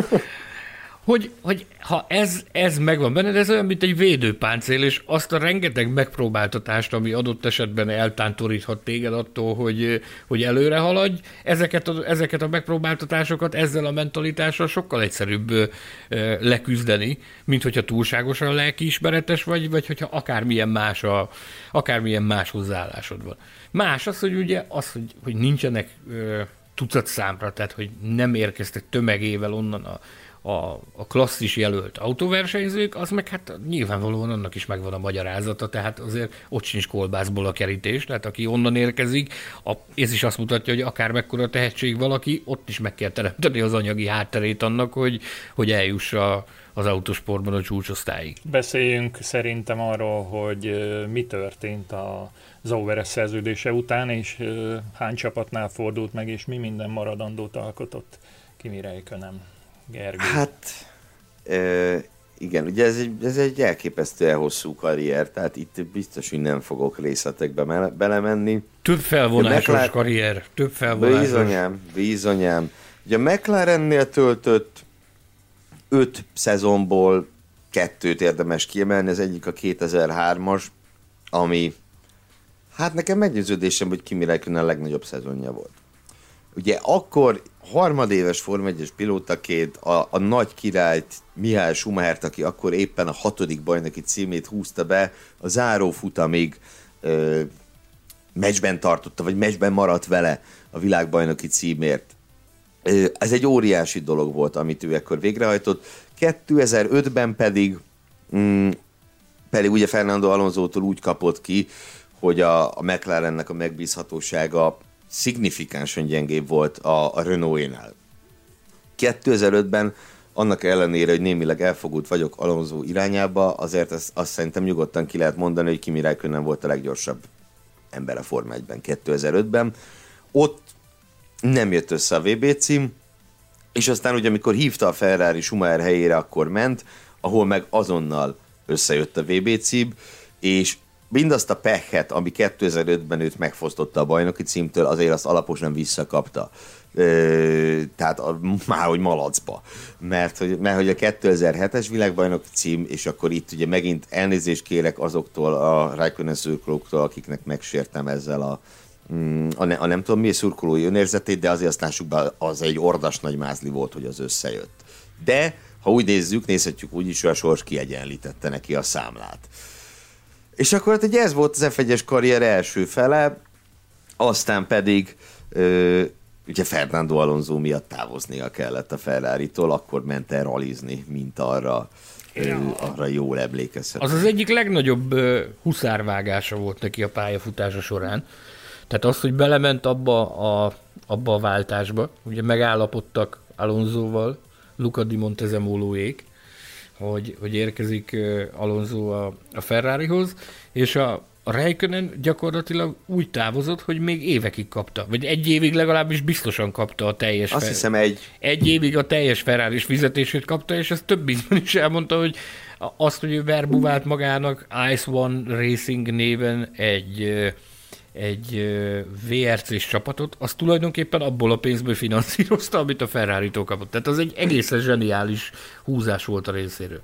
Hogy, hogy ha ez, ez megvan benned, ez olyan, mint egy védőpáncél, és azt a rengeteg megpróbáltatást, ami adott esetben eltántoríthat téged attól, hogy, hogy előre haladj, ezeket a, ezeket a megpróbáltatásokat ezzel a mentalitással sokkal egyszerűbb ö, leküzdeni, mint hogyha túlságosan lelkiismeretes vagy, vagy hogyha akármilyen más, a, akármilyen más hozzáállásod van. Más az, hogy ugye az, hogy, hogy nincsenek ö, tucat számra, tehát hogy nem érkeztek tömegével onnan a A, a klasszis jelölt autóversenyzők, az meg hát nyilvánvalóan annak is megvan a magyarázata, tehát azért ott sincs kolbászból a kerítés, tehát aki onnan érkezik, a, ez is azt mutatja, hogy akár mekkora tehetség valaki, ott is meg kell teremteni az anyagi hátterét annak, hogy, hogy eljuss a, az autósportban a csúcsosztályig. Beszéljünk szerintem arról, hogy mi történt a Zauberes szerződése után, és hány csapatnál fordult meg, és mi minden maradandót alkotott Kimi Räikkönen. Gergő. Hát e, igen, ugye ez egy, ez egy elképesztően hosszú karrier, tehát itt biztos, hogy nem fogok részletekbe me- belemenni. Több felvonásos McLaren... karrier, több felvonásos. Bizonyám, bizonyám. Ugye a McLarennél töltött öt szezonból kettőt érdemes kiemelni, az egyik a kétezer-hármas, ami hát nekem meggyőződésem, hogy Kimi Räikkönen a legnagyobb szezonja volt. Ugye akkor harmadéves Forma egyes pilótaként a, a nagy királyt, Michael Schumachert, aki akkor éppen a hatodik bajnoki címét húzta be, a záró futamig ö, meccsben tartotta, vagy meccsben maradt vele a világbajnoki címért. Ö, ez egy óriási dolog volt, amit ő ekkor végrehajtott. kétezer-ötben pedig, mm, pedig ugye Fernando Alonsótól úgy kapott ki, hogy a, a McLarennek a megbízhatósága szignifikánsan gyengébb volt a, a Renault-énál. kétezer-ötben annak ellenére, hogy némileg elfogult vagyok Alonso irányába, azért azt, azt szerintem nyugodtan ki lehet mondani, hogy Kimi Räikkönen volt a leggyorsabb ember a Forma egyben kétezer-ötben. Ott nem jött össze a vé bé cím, és aztán ugye amikor hívta a Ferrari Schumacher helyére, akkor ment, ahol meg azonnal összejött a vé bé cím, és mindazt a pechet, ami kétezer-ötben őt megfosztotta a bajnoki címtől, azért azt alaposan visszakapta. Ö, tehát a, már hogy malacba. Mert hogy, mert hogy a kétezer-hetes világbajnoki cím, és akkor itt ugye megint elnézést kérek azoktól a Räikkönen szurkolóktól, akiknek megsértem ezzel a, a, ne, a nem tudom mi szurkolói önérzetét, de azért azt lássuk be, az egy ordas nagy mázli volt, hogy az összejött. De ha úgy nézzük, nézhetjük úgy is, hogy a sors kiegyenlítette neki a számlát. És akkor hát ugye ez volt az ef egyes karrier első fele, aztán pedig ö, ugye Fernando Alonso miatt távoznia kellett a Ferraritól, akkor ment el ralizni, mint arra, ö, arra jól emlékezhet. Az az egyik legnagyobb ö, huszárvágása volt neki a pályafutása során. Tehát az, hogy belement abba a, abba a váltásba, ugye megállapodtak Alonsoval, Luca di Montezemoloék, hogy, hogy érkezik Alonso a, a Ferrarihoz, és a, a Räikkönen gyakorlatilag úgy távozott, hogy még évekig kapta, vagy egy évig legalábbis biztosan kapta a teljes... Azt hiszem egy... Egy évig a teljes Ferraris fizetését kapta, és ezt több ízben is elmondta, hogy azt, hogy ő verbuvált magának Ice One Racing néven egy... egy vé er cés csapatot, az tulajdonképpen abból a pénzből finanszírozta, amit a Ferrari-tól kapott. Tehát az egy egészen zseniális húzás volt a részéről.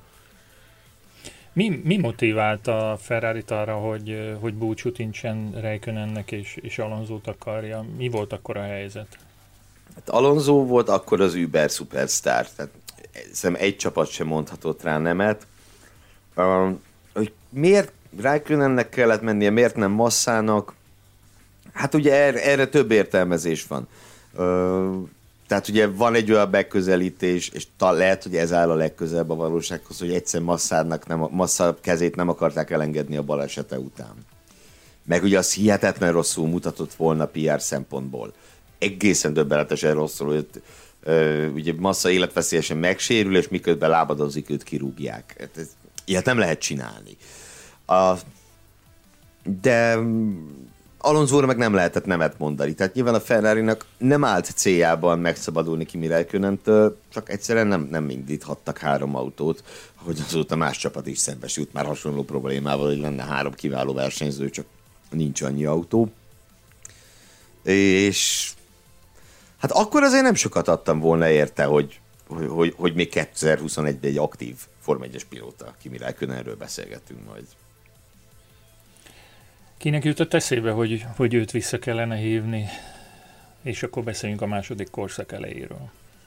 Mi, mi motiválta a Ferrarit arra, hogy, hogy búcsút incsen Räikkönennek és, és Alonsót akarja? Mi volt akkor a helyzet? Hát Alonso volt akkor az Uber szupersztár. Tehát szerintem egy csapat sem mondhatott rá nemet. Uh, hogy miért Räikkönennek kellett mennie, miért nem Massának? Hát ugye erre, erre több értelmezés van. Ö, tehát ugye van egy olyan megközelítés, és ta, lehet, hogy ez áll a legközelebb a valósághoz, hogy egyszer Massának nem, Massa kezét nem akarták elengedni a balesete után. Meg ugye az hihetetlen rosszul mutatott volna pé er szempontból. Egészen döbbenetesen rosszul, hogy ö, ugye Massa életveszélyesen megsérül, és miközben lábadozik, őt kirúgják. Hát ez, ilyet nem lehet csinálni. A, de... Alonsóra meg nem lehetett nemet mondani. Tehát nyilván a Ferrarinak nem állt céljában megszabadulni Kimi Räikkönentől, csak egyszerűen nem, nem indíthattak három autót, hogy azóta más csapat is szembesült már hasonló problémával, hogy lenne három kiváló versenyző, csak nincs annyi autó. És hát akkor azért nem sokat adtam volna érte, hogy, hogy, hogy, hogy még kétezer-huszonegyben egy aktív Forma egyes pilóta Kimi Räikkönenről beszélgetünk majd. Kinek jutott eszébe, hogy, hogy őt vissza kellene hívni, és akkor beszéljünk a második korszak elejéről.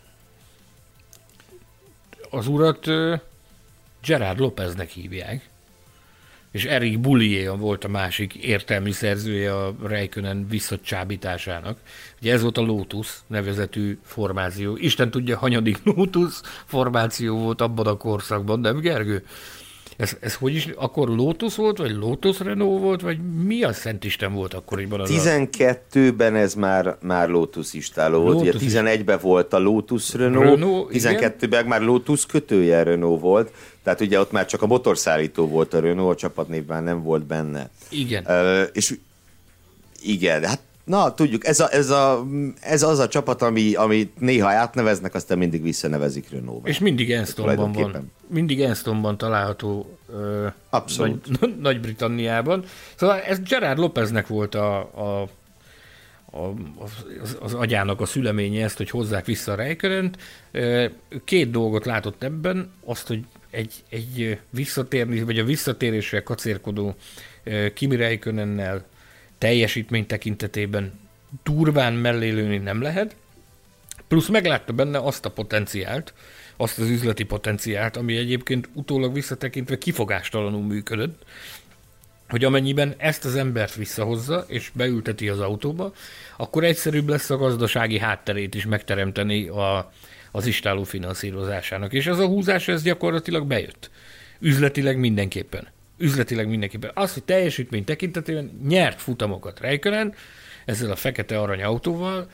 Az urat uh, Gerard Lopeznek hívják, és Eric Boulier volt a másik értelmi szerzője a Räikkönen visszacsábításának. Ugye ez volt a Lotus nevezetű formáció. Isten tudja, hanyadik Lotus formáció volt abban a korszakban, nem Gergő? Ez, ez hogy is, akkor Lotus volt, vagy Lotus Renault volt, vagy mi a szentisten volt akkoriban? Az tizenkettőben ez már, már Lotus istáló volt, Lotus ugye tizenegyben is. Volt a Lotus Renault, Renault tizenkettőben igen? Már Lotus kötője Renault volt, tehát ugye ott már csak a motorszállító volt a Renault, a csapatnévben nem volt benne. Igen. Uh, és igen, hát na, tudjuk, ez, a, ez, a, ez az a csapat, ami, ami néha átneveznek, aztán mindig visszanevezik Renault-ban. És mindig Anstonban van. Mindig Anstonban található uh, Abszolút. Nagy, Nagy-Britanniában. Szóval ez Gerard Lopeznek volt a, a, a, az, az agyának a szüleménye ezt, hogy hozzák vissza a Räikkönent. Két dolgot látott ebben, azt, hogy egy, egy visszatérni, vagy a visszatéréssel kacérkodó Kimi Räikkönennel teljesítmény tekintetében durván mellélőni nem lehet, plusz meglátta benne azt a potenciált, azt az üzleti potenciált, ami egyébként utólag visszatekintve kifogástalanul működött, hogy amennyiben ezt az embert visszahozza, és beülteti az autóba, akkor egyszerűbb lesz a gazdasági hátterét is megteremteni a, az istáló finanszírozásának. És ez a húzás, ez gyakorlatilag bejött. Üzletileg mindenképpen. üzletileg mindenképpen. Az, hogy teljesítmény tekintetében nyert futamokat Räikkönen, ezzel a fekete arany autóval,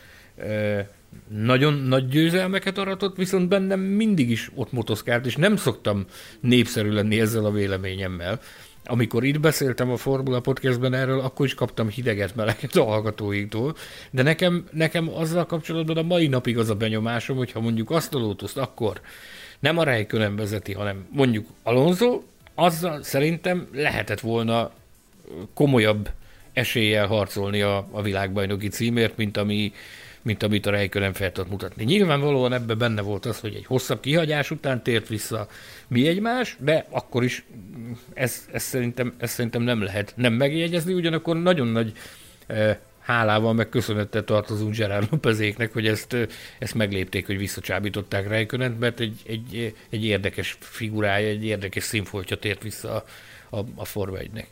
nagyon nagy győzelmeket aratott, viszont bennem mindig is ott motoszkált, és nem szoktam népszerű lenni ezzel a véleményemmel. Amikor itt beszéltem a Formula Podcastben erről, akkor is kaptam hideget, meleget a hallgatóiktól, de nekem, nekem azzal kapcsolatban a mai napig az a benyomásom, hogyha mondjuk azt a Lotuszt akkor nem a Räikkönen vezeti, hanem mondjuk Alonso, azzal szerintem lehetett volna komolyabb eséllyel harcolni a, a világbajnoki címért, mint, ami, mint amit a Räikkönen fel tudott mutatni. Nyilvánvalóan ebben benne volt az, hogy egy hosszabb kihagyás után tért vissza mi egymás, de akkor is ez, ez, szerintem, ez szerintem nem lehet nem megjegyezni, ugyanakkor nagyon nagy eh, hálával meg köszönettel tartozunk Gerard Lopezéknek, hogy ezt, ezt meglépték, hogy visszacsábították Räikkönent, mert egy, egy, egy érdekes figurája, egy érdekes színfoltja tért vissza a, a, a Forma egynek.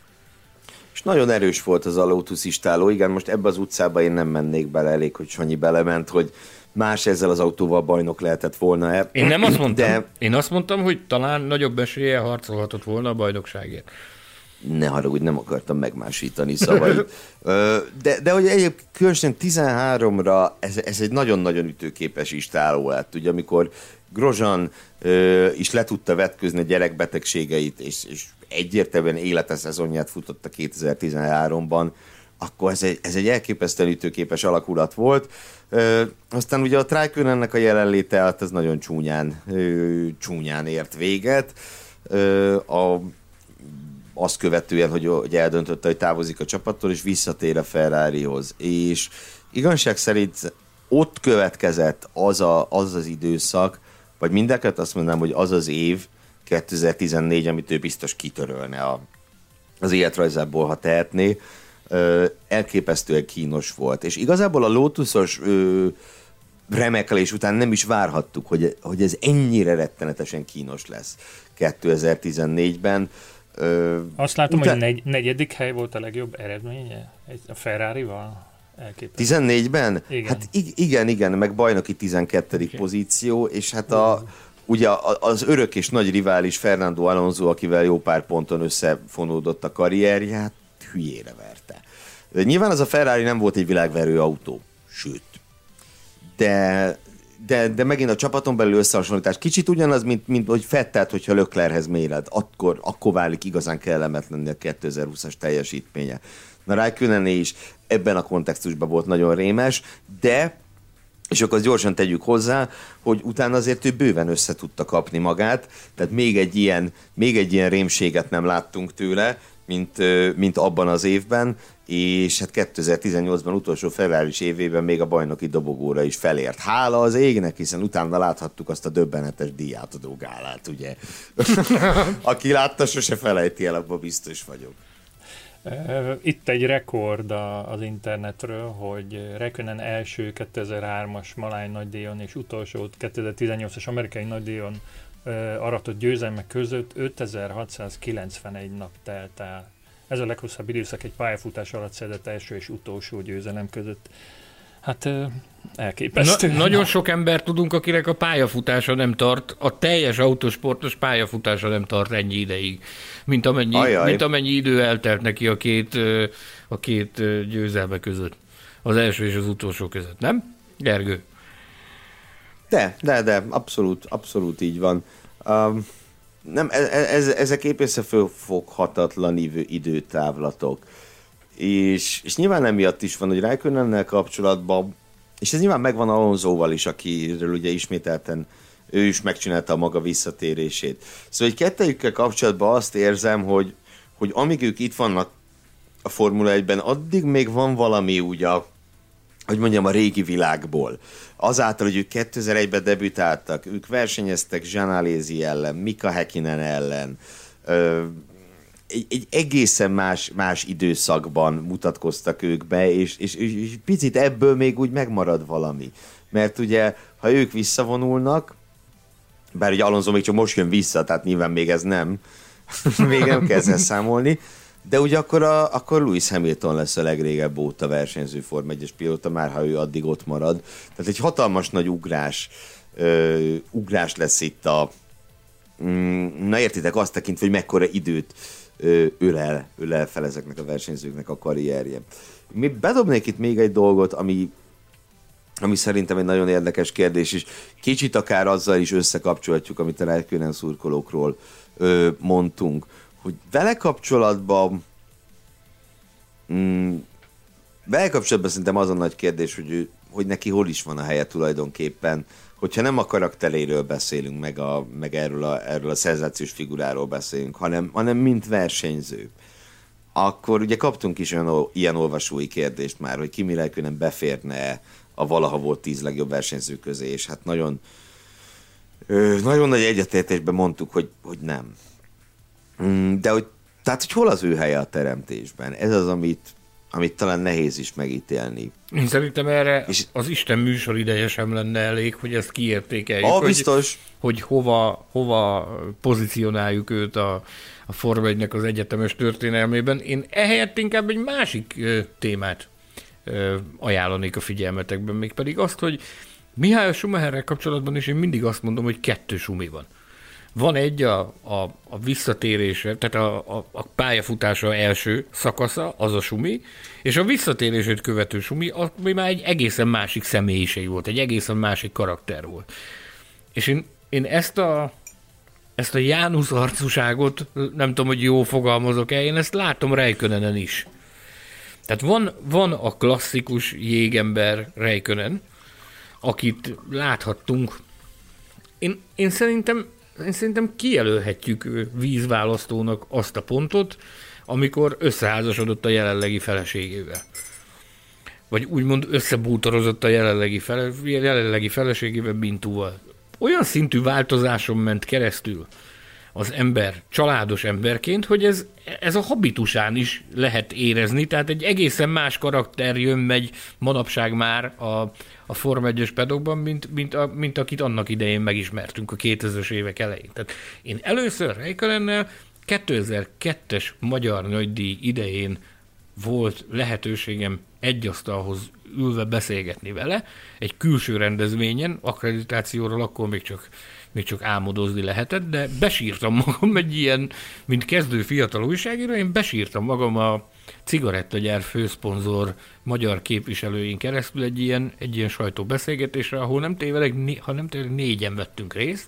És nagyon erős volt az a Lotus istáló. Igen, most ebbe az utcába én nem mennék bele, elég, hogy Sanyi belement, hogy más ezzel az autóval bajnok lehetett volna-e. Én nem azt mondtam. De... Én azt mondtam, hogy talán nagyobb eséllyel harcolhatott volna a bajnokságért. Ne haragudj, nem akartam megmásítani szavait. de, de hogy egyébként különösen tizenháromra ez, ez egy nagyon-nagyon ütőképes istáló lett. Ugye amikor Grosjean is le tudta vetközni a gyerekbetegségeit, és, és egyértelműen élete szezonját futotta kétezer-tizenháromban, akkor ez egy, ez egy elképesztően ütőképes alakulat volt. Ö, aztán ugye a Räikkönennek a jelenléte, hát ez nagyon csúnyán, ö, csúnyán ért véget. Ö, a, azt követően, hogy, hogy eldöntötte, hogy távozik a csapattól, és visszatér a Ferrarihoz. És igazság szerint ott következett az a, az, az időszak, vagy mindeket azt mondanám, hogy az az év, kétezer-tizennégy, amit ő biztos kitörölne a, az életrajzából, ha tehetné, ö, elképesztően kínos volt. És igazából a Lotusos ö, remekelés után nem is várhattuk, hogy, hogy ez ennyire rettenetesen kínos lesz kétezer-tizennégyben. Ö, Azt látom, után... hogy negy, negyedik hely volt a legjobb eredménye a Ferrarival. Elképesztő. tizennégyben? Igen. Hát igen, igen, meg bajnoki tizenkettedik Okay. pozíció, és hát a, ugye az örök és nagy rivális Fernando Alonso, akivel jó pár ponton összefonódott a karrierje, hát hülyére verte. Nyilván az a Ferrari nem volt egy világverő autó, sőt. De, de, de megint a csapaton belül összehasonlítás kicsit ugyanaz, mint, mint hogy Vettelt, hogyha Leclerchez méred, akkor, akkor válik igazán kellemetlenni a kétezer-húszas teljesítménye. Na Räikkönené is ebben a kontextusban volt nagyon rémes, de, és akkor azt gyorsan tegyük hozzá, hogy utána azért ő bőven össze tudta kapni magát, tehát még egy ilyen, még egy ilyen rémséget nem láttunk tőle, mint, mint abban az évben, és hát kétezer-tizennyolcban utolsó februáris évében még a bajnoki dobogóra is felért. Hála az égnek, hiszen utána láthattuk azt a döbbenetes díjátadó gálát, ugye? Aki látta, sose felejti el, abban biztos vagyok. Itt egy rekord az internetről, hogy Räikkönen első kétezer-hármas Malány nagydíjon és utolsó kétezer-tizennyolcas amerikai nagydíjon aratott győzelmek között ötezer-hatszázkilencvenegy nap telt el. Ez a leghosszabb időszak egy pályafutás alatt szedett első és utolsó győzelem között. Hát elképesztő. Na, nagyon sok ember tudunk, akinek a pályafutása nem tart, a teljes autósportos pályafutása nem tart ennyi ideig, mint amennyi, mint amennyi idő eltelt neki a két, a két győzelme között. Az első és az utolsó között, nem? Gergő? De, de, de, abszolút, abszolút így van. Um, nem, ez, ezek épp összefoghatatlan időtávlatok. És, és nyilván emiatt is van, hogy Räikkönennel kapcsolatban, és ez nyilván megvan Alonsóval is, akiről ugye ismételten ő is megcsinálta a maga visszatérését. Szóval egy kettejükkel kapcsolatban azt érzem, hogy, hogy amíg ők itt vannak a Formula egyben, addig még van valami úgy a, hogy mondjam, a régi világból. Azáltal, hogy ők kétezer-egyben debütáltak, ők versenyeztek Jean Alesi ellen, Mika Häkkinen ellen, ö, Egy, egy egészen más, más időszakban mutatkoztak ők be, és, és, és picit ebből még úgy megmarad valami. Mert ugye, ha ők visszavonulnak, bár ugye Alonso még csak most jön vissza, tehát nyilván még ez nem, még nem kezd el számolni, de ugye akkor, a, akkor Lewis Hamilton lesz a legrégebb óta versenyző Forma egyes pilóta, már ha ő addig ott marad. Tehát egy hatalmas nagy ugrás, ö, ugrás lesz itt a... Mm, na értitek, azt tekintve, hogy mekkora időt ölel, ölel fel ezeknek a versenyzőknek a karrierje. Mi bedobnék itt még egy dolgot, ami, ami szerintem egy nagyon érdekes kérdés, és kicsit akár azzal is összekapcsolhatjuk, amit a Räikkönen szurkolókról ö, mondtunk, hogy vele kapcsolatban mm, vele kapcsolatban szerintem az a nagy kérdés, hogy, ő, hogy neki hol is van a helye tulajdonképpen, hogyha nem a karakteréről beszélünk, meg, a, meg erről, a, erről a szenzációs figuráról beszélünk, hanem, hanem mint versenyző. Akkor ugye kaptunk is olyan, ilyen olvasói kérdést már, hogy Kimi Räikkönen beférne a valaha volt tíz legjobb versenyző közé, és hát nagyon, ö, nagyon nagy egyetértésben mondtuk, hogy, hogy nem. De hogy, tehát, hogy hol az ő helye a teremtésben? Ez az, amit, amit talán nehéz is megítélni. Én szerintem erre és az Isten műsor ideje sem lenne elég, hogy ezt kiértékeljük. Ah, biztos. Hogy, hogy hova, hova pozícionáljuk őt a, a Forma egynek az egyetemes történelmében. Én ehelyett inkább egy másik ö, témát ö, ajánlanék a figyelmetekben, mégpedig azt, hogy Mihály Schumacherrel kapcsolatban is én mindig azt mondom, hogy kettő Schumi van. Van egy a, a, a visszatérése, tehát a, a, a pályafutása első szakasza, az a Schumi, és a visszatérését követő Schumi, ami már egy egészen másik személyiség volt, egy egészen másik karakter volt. És én, én ezt a, ezt a Jánusz arcúságot, nem tudom, hogy jól fogalmazok-e, én ezt látom Räikkönenen is. Tehát van, van a klasszikus jégember Räikkönen, akit láthattunk. Én, én szerintem Én szerintem kijelölhetjük vízválasztónak azt a pontot, amikor összeházasodott a jelenlegi feleségével. Vagy úgymond összebútorozott a jelenlegi, fele, jelenlegi feleségével, Bintúval. Olyan szintű változáson ment keresztül az ember családos emberként, hogy ez, ez a habitusán is lehet érezni, tehát egy egészen más karakter jön, megy manapság már a, a Forma egyes pedokban, mint, mint, a, mint akit annak idején megismertünk a kétezres évek elején. Tehát én először Räikkönennel kétezer-kettes Magyar Nagydíj idején volt lehetőségem egy asztalhoz ülve beszélgetni vele, egy külső rendezvényen, akkreditációról akkor még csak még csak álmodozni lehetett, de besírtam magam egy ilyen, mint kezdő fiatal újságíró, én besírtam magam a cigarettagyár főszponzor magyar képviselőin keresztül egy ilyen, egy ilyen sajtóbeszélgetésre, ahol nem tévedek, ha nem tévedek, négyen vettünk részt,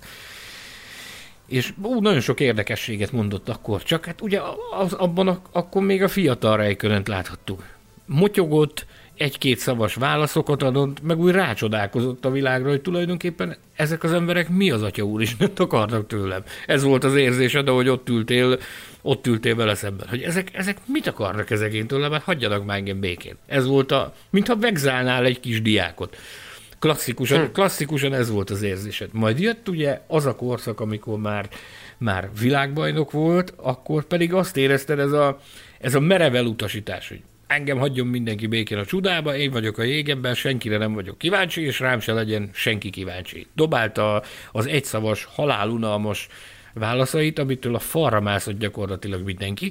és ó, nagyon sok érdekességet mondott akkor, csak hát ugye az, abban a, akkor még a fiatal Räikkönent láthattuk. Motyogott, egy-két szavas válaszokat adott, meg úgy rácsodálkozott a világra, hogy tulajdonképpen ezek az emberek mi az atya úristent akarnak tőlem. Ez volt az érzésed, ahogy ott ültél, ott ültél vele szemben, hogy ezek, ezek mit akarnak ezek én tőlem, hát hagyjanak már engem békén. Ez volt a, mintha vegzálnál egy kis diákot. Klasszikusan, hm. klasszikusan ez volt az érzésed. Majd jött ugye az a korszak, amikor már, már világbajnok volt, akkor pedig azt érezted, ez a, ez a merev elutasítás, hogy engem hagyjon mindenki békén a csudába, én vagyok a jégember, senkire nem vagyok kíváncsi, és rám se legyen senki kíváncsi. Dobálta az egyszavas, halálunalmas válaszait, amitől a falra mászott gyakorlatilag mindenki.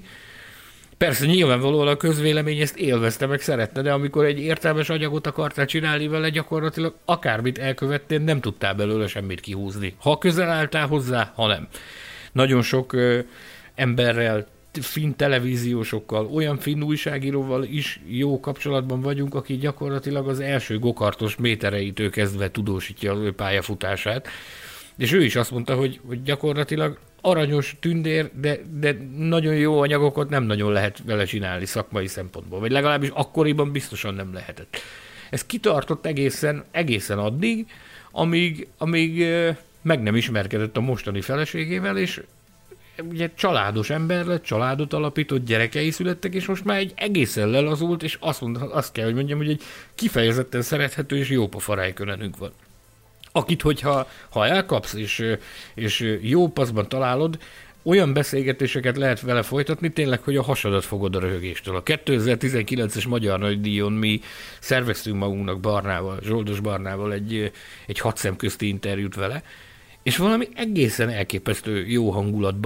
Persze nyilvánvalóan a közvélemény ezt élvezte, meg szerette, de amikor egy értelmes anyagot akartál csinálni vele, gyakorlatilag akármit elkövettél, nem tudtál belőle semmit kihúzni. Ha közel álltál hozzá, ha nem. Nagyon sok ö, emberrel, finn televíziósokkal, olyan finn újságíróval is jó kapcsolatban vagyunk, aki gyakorlatilag az első gokartos métereitől kezdve tudósítja az ő pályafutását. És ő is azt mondta, hogy, hogy gyakorlatilag aranyos tündér, de, de nagyon jó anyagokat nem nagyon lehet vele csinálni szakmai szempontból. Vagy legalábbis akkoriban biztosan nem lehetett. Ez kitartott egészen, egészen addig, amíg, amíg meg nem ismerkedett a mostani feleségével, és ugye családos ember lett, családot alapított, gyerekei születtek, és most már egy egészen lelazult, és azt, mond, azt kell, hogy mondjam, hogy egy kifejezetten szerethető és jópofa Räikkönenünk van. Akit, hogyha ha elkapsz, és, és jó paszban találod, olyan beszélgetéseket lehet vele folytatni, tényleg, hogy a hasadat fogod a röhögéstől. A kétezer-tizenkilences Magyar Nagydíjon mi szerveztünk magunknak Barnával, Zsoldos Barnával egy, egy hat szemközti interjút vele, és valami egészen elképesztő jó hangulatban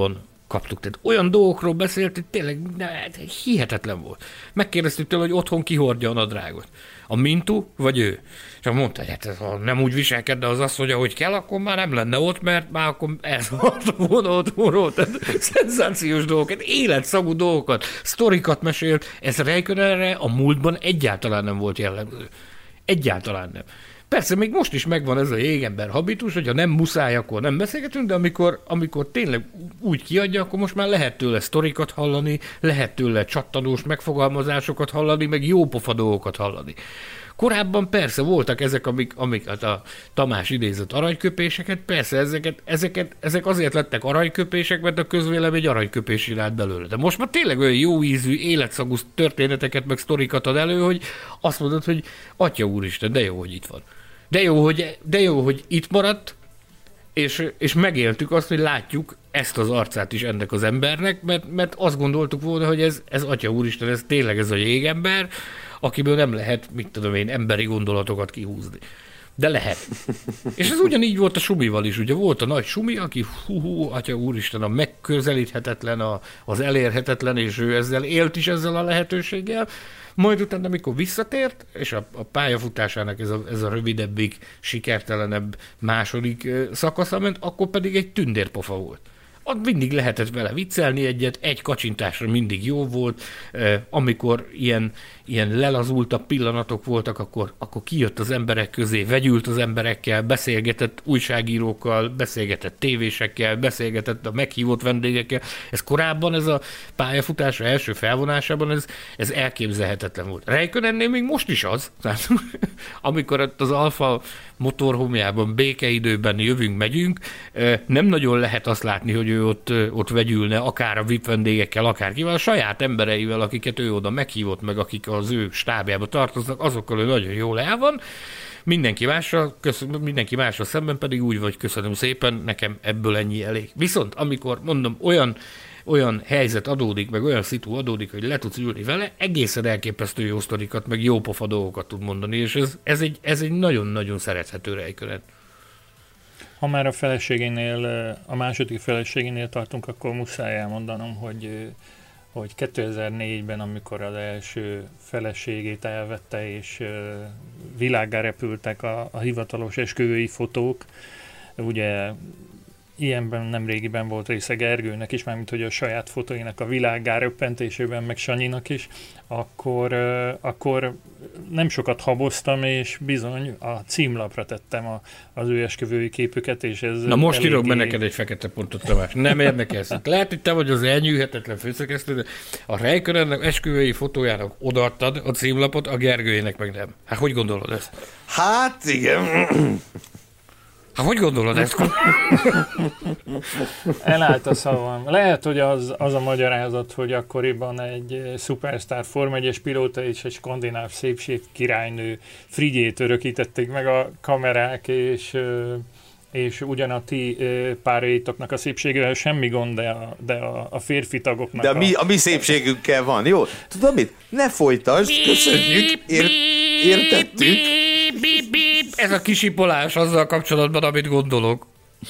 kaptuk. Tehát olyan dolgokról beszélt, hogy tényleg ne, hihetetlen volt. Megkérdeztük tőle, hogy otthon ki hordja a nadrágot. A Mintu, vagy ő? Csak mondta, hogy hát ha nem úgy viselkedne az asszony, ahogy kell, akkor már nem lenne ott, mert már akkor elszólta volna otthonról. Tehát szenzációs dolgokat, életszagú dolgokat, sztorikat mesélt. Ez Räikkönenre a múltban egyáltalán nem volt jellemző. Egyáltalán nem. Persze, még most is megvan ez a jégember habitus, hogyha nem muszáj, akkor nem beszélgetünk, de amikor, amikor tényleg úgy kiadja, akkor most már lehet tőle sztorikat hallani, lehet tőle csattanós megfogalmazásokat hallani, meg jópofa dolgokat hallani. Korábban persze voltak ezek, amik, amiket a Tamás idézett aranyköpéseket, persze ezeket, ezeket, ezek azért lettek aranyköpések, mert a közvélemény aranyköpés iránt belőle. De most már tényleg olyan jó ízű, életszagú történeteket, meg sztorikat ad elő, hogy azt mondod, hogy Atya úristen, de jó, hogy itt van. De jó, hogy, de jó, hogy itt maradt, és, és megéltük azt, hogy látjuk ezt az arcát is ennek az embernek, mert, mert azt gondoltuk volna, hogy ez, ez Atya úristen, ez tényleg ez a jégember, akiből nem lehet, mit tudom én, emberi gondolatokat kihúzni. De lehet. És ez ugyanígy volt a Sumival is. Ugye volt a nagy Sumi, aki hú, hú Atya úristen, a megközelíthetetlen, a, az elérhetetlen, és ő ezzel élt is ezzel a lehetőséggel. Majd utána, amikor visszatért, és a, a pályafutásának ez a, ez a rövidebbik, sikertelenebb második szakasza ment, akkor pedig egy tündérpofa volt. Ott mindig lehetett vele viccelni egyet, egy kacsintásra mindig jó volt, amikor ilyen, ilyen lelazultabb pillanatok voltak, akkor, akkor kijött az emberek közé, vegyült az emberekkel, beszélgetett újságírókkal, beszélgetett tévésekkel, beszélgetett a meghívott vendégekkel. Ez korábban, ez a pályafutása első felvonásában, ez, ez elképzelhetetlen volt. Räikkönennél még most is az, tehát, amikor az Alfa motorhomjában, békeidőben jövünk, megyünk, nem nagyon lehet azt látni, hogy ő ott, ott vegyülne, akár a vé i pé vendégekkel, akár kivel, a saját embereivel, akiket ő oda meghívott, meg akik az ő stábjába tartoznak, azokkal ő nagyon jól el van. Mindenki másra, köszön, mindenki másra szemben pedig úgy vagy, köszönöm szépen, nekem ebből ennyi elég. Viszont amikor, mondom, olyan olyan helyzet adódik, meg olyan szitu adódik, hogy le tudsz ülni vele, egészen elképesztő jó sztorikat, meg jó pofa dolgokat tud mondani, és ez, ez, egy, ez egy nagyon-nagyon szerethető Räikkönen. Ha már a feleségénél, a második feleségénél tartunk, akkor muszáj elmondanom, hogy, hogy kétezer-négyben, amikor az első feleségét elvette, és világgá repültek a, a hivatalos esküvői fotók, ugye ilyenben nemrégiben volt része Gergőnek is, mármint hogy a saját fotóinak a világgá röppentésében, meg Sanyinak is, akkor, akkor nem sokat haboztam, és bizony a címlapra tettem a, az ő esküvői képüket, és ez... Na most írok be neked egy fekete pontot, Tamás. Nem érdekelsz. Lehet, hogy te vagy az elnyűhetetlen főszerkesztő, de a Räikkönennek esküvői fotójának odaadtad a címlapot, a Gergőjének meg nem. Hát hogy gondolod ezt? Hát igen... Hát hogy gondolod ezt? Elállt a szavam. Lehet, hogy az, az a magyarázat, hogy akkoriban egy szupersztár Forma egyes pilóta és egy skandináv szépség királynő Frigyét örökítették meg a kamerák, és, és ugyan a ti párjaitoknak a szépségével semmi gond, de a, de a, a férfi tagoknak... De a mi, a mi szépségünkkel van, jó? Tudod mit? Ne folytasd, köszönjük, ért, értettük. Bip, bip, ez a kisipolás azzal kapcsolatban, amit gondolok.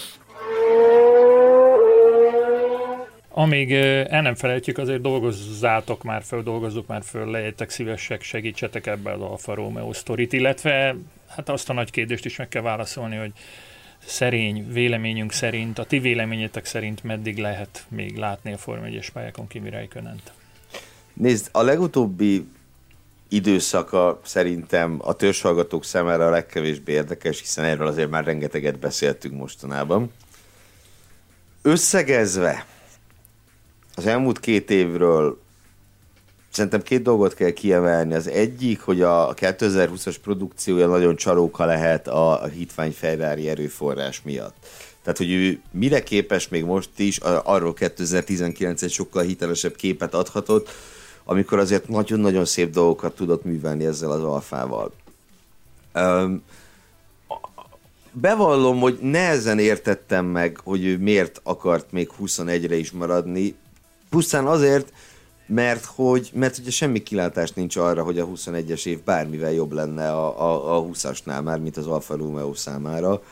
Amíg el nem felejtjük, azért dolgozzátok már föl, dolgozzuk már föl, legyetek szívesek, segítsetek ebbe az Alfa Romeo sztorit, illetve hát azt a nagy kérdést is meg kell válaszolni, hogy szerény véleményünk szerint, a ti véleményetek szerint meddig lehet még látni a Forma egyes pályákon Kimi Räikkönent? Nézd, a legutóbbi időszaka szerintem a törzshallgatók számára a legkevésbé érdekes, hiszen erről azért már rengeteget beszéltünk mostanában. Összegezve az elmúlt két évről szerintem két dolgot kell kiemelni. Az egyik, hogy a kétezer-húszas produkciója nagyon csalóka lehet a, a hitvány Ferrari erőforrás miatt. Tehát, hogy ő mire képes még most is, arról kétezer-tizenkilenc egy sokkal hitelesebb képet adhatott, amikor azért nagyon-nagyon szép dolgokat tudott művelni ezzel az Alfával. Um, bevallom, hogy nehezen értettem meg, hogy ő miért akart még huszonegyre is maradni. Pusztán azért, mert hogy, mert ugye semmi kilátás nincs arra, hogy a huszonegyes év bármivel jobb lenne a, a, a húszasnál már, mint az Alfa Romeo számára.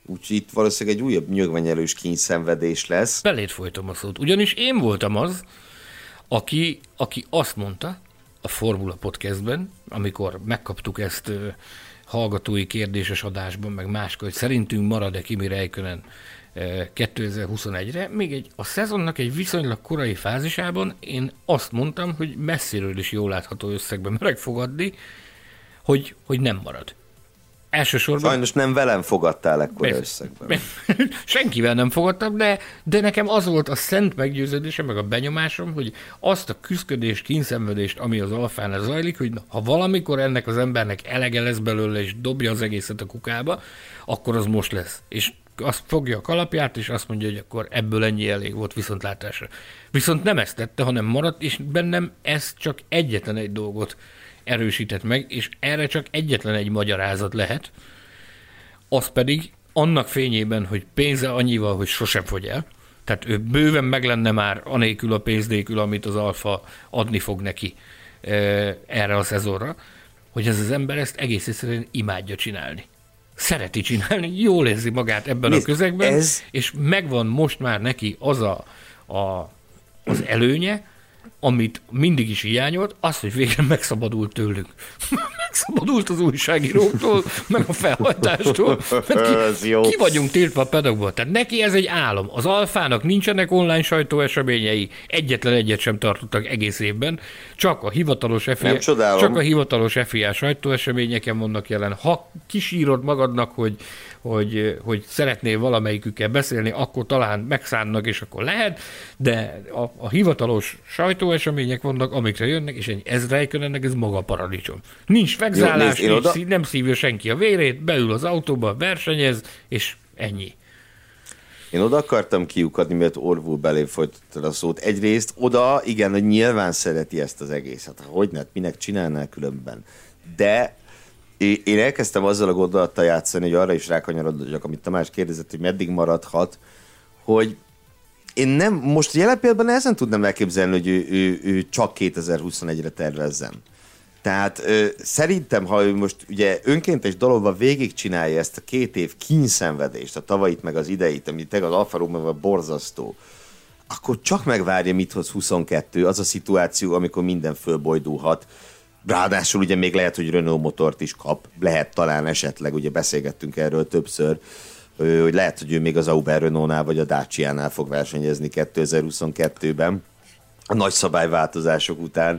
Úgyhogy itt valószínűleg egy újabb nyögvenyelős kényszenvedés lesz. Belét folytom a szót. Ugyanis én voltam az, aki, aki azt mondta a Formula Podcastben, amikor megkaptuk ezt uh, hallgatói kérdéses adásban, meg máskor, hogy szerintünk marad-e Kimi Räikkönen uh, kétezer-huszonegyre, még egy, a szezonnak egy viszonylag korai fázisában én azt mondtam, hogy messziről is jól látható összegben merek fogadni, hogy, hogy nem marad. Elsősorban... Sajnos nem velem fogadtál ekkora összegben. Senkivel nem fogadtam, de, de nekem az volt a szent meggyőződésem, meg a benyomásom, hogy azt a küszködést, kényszenvedést, ami az Alfánál zajlik, hogy ha valamikor ennek az embernek elege lesz belőle, és dobja az egészet a kukába, akkor az most lesz. És azt fogja a kalapját, és azt mondja, hogy akkor ebből ennyi elég volt viszontlátásra. Viszont nem ezt tette, hanem maradt, és bennem ez csak egyetlen egy dolgot erősített meg, és erre csak egyetlen egy magyarázat lehet, az pedig annak fényében, hogy pénze annyival, hogy sosem fogy el, tehát ő bőven meg lenne már anélkül a pénz nélkül, amit az Alfa adni fog neki erre a szezonra, hogy ez az ember ezt egész egyszerűen imádja csinálni. Szereti csinálni, jól érzi magát ebben Nézd, a közegben, ez... és megvan most már neki az a, a, az előnye, amit mindig is hiányolt, az, hogy végre megszabadult tőlük. Megszabadult az újságíróktól, meg a felhajtástól. Ki, ki vagyunk tiltva a pedagógból. Tehát neki ez egy álom. Az Alfának nincsenek online sajtóeseményei, egyetlen egyet sem tartottak egész évben, csak a hivatalos ef i á, csak a hivatalos ef i á sajtóeseményeken vannak jelen. Ha kisírod magadnak, hogy, hogy, hogy szeretnél valamelyikükkel beszélni, akkor talán megszánnak, és akkor lehet, de a, a hivatalos sajtóesemények vannak, amikre jönnek, és ez Räikkönennek ez maga paradicsom. Nincs vegzálás, Jó, nincs, szív, nem szívja senki a vérét, beül az autóba, versenyez, és ennyi. Én oda akartam kiukadni, mert orvul belé folytattad a szót. Egyrészt oda, igen, hogy nyilván szereti ezt az egészet. Hogyne, minek csinálnál különben. De én elkezdtem azzal a gondolattal játszani, hogy arra is rákanyarodjak, amit Tamás kérdezett, hogy meddig maradhat, hogy én nem, most jelen pillanatban ezen tudnám elképzelni, hogy ő, ő, ő csak kétezer-huszonegyre tervezzem. Tehát ö, szerintem, ha ő most ugye önkéntes dologban végigcsinálja ezt a két év kínszenvedést, a tavait meg az ideit, ami tényleg az Alfa Romeo borzasztó, akkor csak megvárja, mit hoz huszonkettő, az a szituáció, amikor minden fölbojdulhat. Ráadásul ugye még lehet, hogy Renault motort is kap, lehet talán esetleg, ugye beszélgettünk erről többször, hogy lehet, hogy ő még az Auber Renault-nál vagy a Dacia-nál fog versenyezni kétezer-huszonkettőben a nagy szabályváltozások után.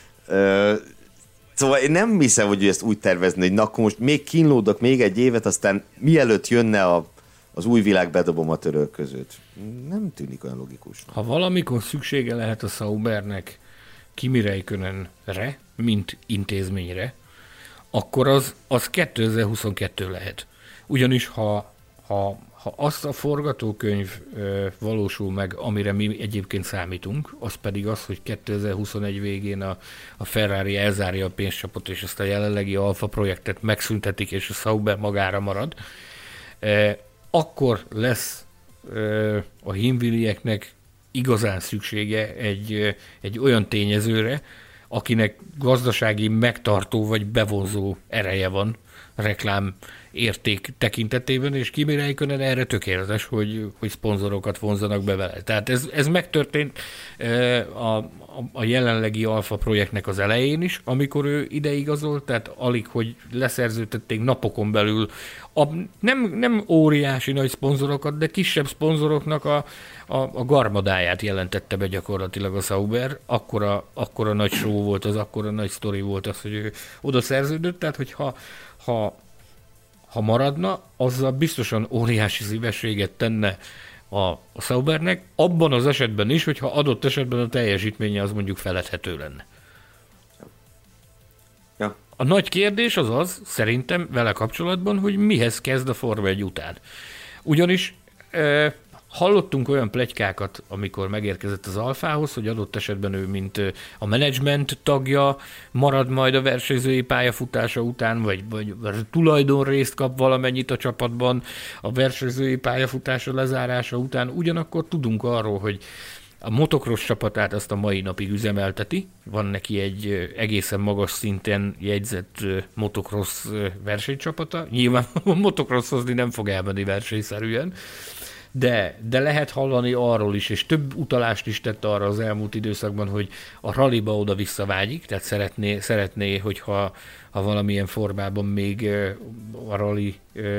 Szóval én nem hiszem, hogy ő ezt úgy tervezni, hogy na, akkor most még kínlódok még egy évet, aztán mielőtt jönne a, az új világ, bedobom a török között. Nem tűnik olyan logikus. Ha valamikor szüksége lehet a Saubernek Kimi Räikkönenre, mint intézményre, akkor az, az kétezer-huszonkettő lehet. Ugyanis ha, ha, ha azt a forgatókönyv ö, valósul meg, amire mi egyébként számítunk, az pedig az, hogy kétezer-huszonegy végén a, a Ferrari elzárja a pénzcsapot, és ezt a jelenlegi Alfa projektet megszüntetik, és a Sauber magára marad, e, akkor lesz e, a hímvilieknek igazán szüksége egy, egy olyan tényezőre, akinek gazdasági megtartó vagy bevonzó ereje van reklám érték tekintetében, és Kimi Räikkönen erre tökéletes, hogy, hogy szponzorokat vonzanak be vele. Tehát ez, ez megtörtént a, a, a jelenlegi Alfa projektnek az elején is, amikor ő ideigazolt, tehát alig, hogy leszerződtették napokon belül a, nem, nem óriási nagy szponzorokat, de kisebb szponzoroknak a, a, a garmadáját jelentette be gyakorlatilag a Sauber. Akkora, akkora nagy show volt az, akkora nagy sztori volt az, hogy ő oda szerződött, tehát hogyha ha Ha maradna, azzal biztosan óriási szívességet tenne a, a Saubernek, abban az esetben is, hogyha adott esetben a teljesítménye az mondjuk feledhető lenne. Ja. A nagy kérdés az az, szerintem vele kapcsolatban, hogy mihez kezd a Forma egy után. Ugyanis e, hallottunk olyan pletykákat, amikor megérkezett az Alfához, hogy adott esetben ő, mint a menedzsment tagja marad majd a versenyzői pályafutása után, vagy, vagy tulajdonrészt kap valamennyit a csapatban a versenyzői pályafutása lezárása után. Ugyanakkor tudunk arról, hogy A motocross csapatát azt a mai napig üzemelteti. Van neki egy egészen magas szinten jegyzett motocross versenycsapata. Nyilván motocrosshozni nem fog elmenni versenyszerűen, de, de lehet hallani arról is, és több utalást is tett arra az elmúlt időszakban, hogy a rallyba oda visszavágyik, tehát szeretné, szeretné hogyha ha valamilyen formában még a rally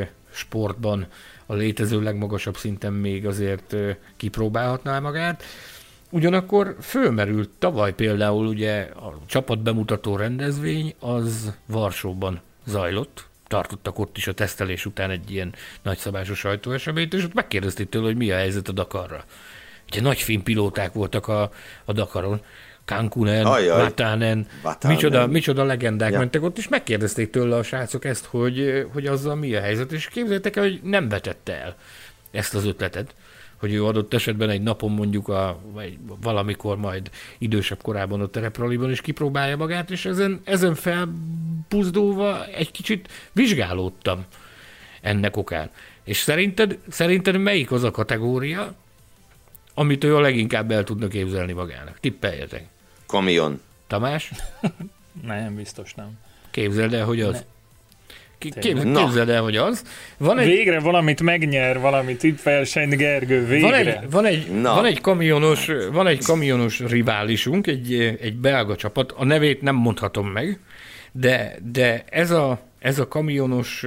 sportban a létező legmagasabb szinten még azért kipróbálhatná magát. Ugyanakkor fölmerült tavaly például ugye a csapat bemutató rendezvény az Varsóban zajlott, tartottak ott is a tesztelés után egy ilyen nagyszabású sajtóeseményt, és ott megkérdezték tőle, hogy mi a helyzet a Dakarra. Ugye nagy finn pilóták voltak a, a Dakaron, Kankunen, Vatanen, micsoda, micsoda legendák ja. mentek ott, és megkérdezték tőle a srácok ezt, hogy, hogy azzal mi a helyzet, és képzeljétek el, hogy nem vetette el ezt az ötletet, hogy ő adott esetben egy napon mondjuk a, vagy valamikor majd idősebb korában a terepraliban is kipróbálja magát, és ezen, ezen felbuzdulva egy kicsit vizsgálódtam ennek okán. És szerinted, szerinted melyik az a kategória, amit ő a leginkább el tudna képzelni magának? Tippeljetek. Kamion. Tamás? Nem, biztos nem. Képzeld el, hogy az. Képzeld, képzeld el, hogy az. Van egy... Végre valamit megnyer, valamit itt versenyt Gergő, végre. Van egy, van egy, van egy, kamionos, van egy kamionos riválisunk, egy, egy belga csapat, a nevét nem mondhatom meg, de, de ez, a, ez a kamionos...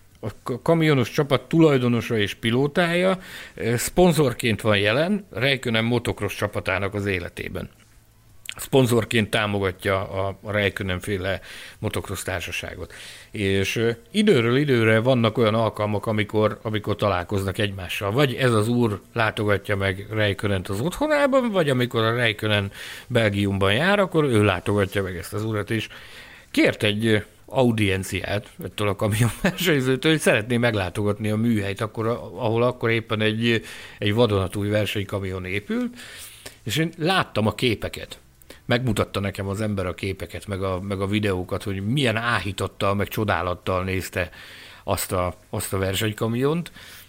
a kamionos csapat tulajdonosa és pilótája szponzorként van jelen Räikkönen motocross csapatának az életében. Szponzorként támogatja a, a Räikkönen-féle motocross társaságot. És időről időre vannak olyan alkalmak, amikor, amikor találkoznak egymással. Vagy ez az úr látogatja meg Räikkönent az otthonában, vagy amikor a Räikkönen Belgiumban jár, akkor ő látogatja meg ezt az urat is. Kért egy audienciát ettől a kamionversenyzőtől, hogy szeretné meglátogatni a műhelyt, akkor, ahol akkor éppen egy, egy vadonatúj versenykamion épült, és én láttam a képeket. Megmutatta nekem az ember a képeket, meg a, meg a videókat, hogy milyen áhítattal, meg csodálattal nézte azt a, azt a versenykamiont.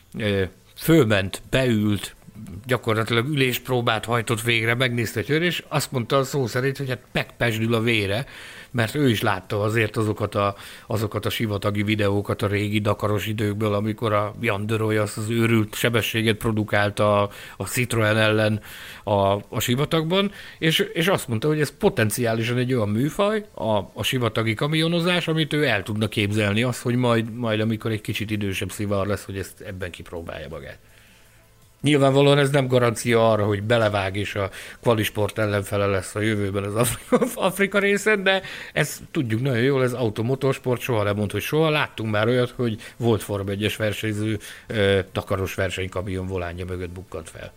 Fölment, beült, gyakorlatilag üléspróbát hajtott végre, megnézte egy és azt mondta a szó szerint, hogy hát megpesdül a vére, mert ő is látta azért azokat a, azokat a sivatagi videókat a régi dakaros időkből, amikor a Jan de Rooij azt az őrült sebességet produkálta a, a Citroën ellen a, a sivatagban, és, és azt mondta, hogy ez potenciálisan egy olyan műfaj, a, a sivatagi kamionozás, amit ő el tudna képzelni, az, hogy majd, majd amikor egy kicsit idősebb szivar lesz, hogy ezt ebben kipróbálja magát. Nyilvánvalóan ez nem garancia arra, hogy belevág és a kvalisport ellenfele lesz a jövőben az Afrika, Afrika részen, de ezt tudjuk nagyon jól, ez automotorsport, soha nem mond, hogy soha. Láttunk már olyat, hogy volt Forma egyes versenyző dakaros versenykamion volánja mögött bukkant fel.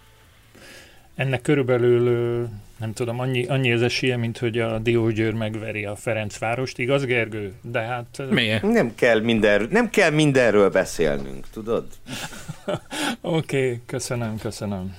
Ennek körülbelül, nem tudom, annyi, annyi az esélye, mint hogy a Diósgyőr megveri a Ferencvárost, igaz, Gergő? De hát... Miért? Nem kell, minden, nem kell mindenről beszélnünk, tudod? Oké, okay, köszönöm, köszönöm.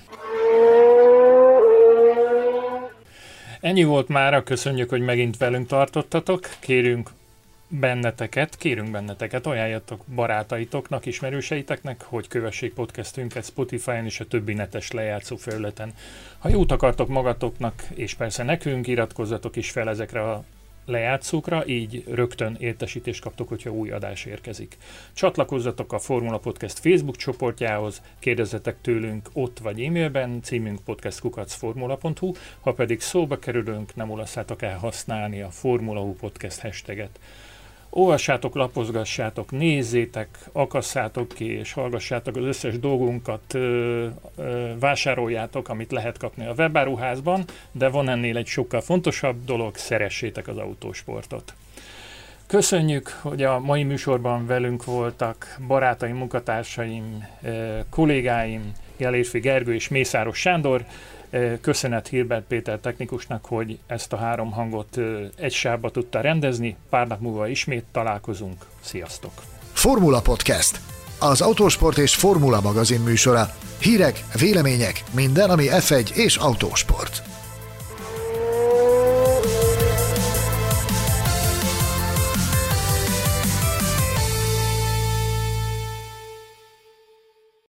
Ennyi volt mára, köszönjük, hogy megint velünk tartottatok, kérünk benneteket, kérünk benneteket, ajánljatok barátaitoknak, ismerőseiteknek, hogy kövessék podcastünket Spotify-on és a többi netes lejátszó felületen. Ha jót akartok magatoknak, és persze nekünk, iratkozzatok is fel ezekre a lejátszókra, így rögtön értesítést kaptok, hogyha új adás érkezik. Csatlakozzatok a Formula Podcast Facebook csoportjához, kérdezzetek tőlünk ott vagy e-mailben, címünk podcast kukac formula pont hu, ha pedig szóba kerülünk, nem olasszátok el használni a Formula hu Podcast hashtaget. Olvassátok, lapozgassátok, nézzétek, akasszátok ki, és hallgassátok az összes dolgunkat, ö, ö, vásároljátok, amit lehet kapni a webáruházban, de van ennél egy sokkal fontosabb dolog, szeressétek az autósportot. Köszönjük, hogy a mai műsorban velünk voltak barátaim, munkatársaim, ö, kollégáim, Gellérfi Gergő és Mészáros Sándor. Köszönet Hilbert Péter technikusnak, hogy ezt a három hangot egy sávba tudta rendezni. Pár nap múlva ismét találkozunk. Sziasztok! Formula Podcast. Az autósport és formula magazin műsora. Hírek, vélemények, minden, ami ef egy és autósport.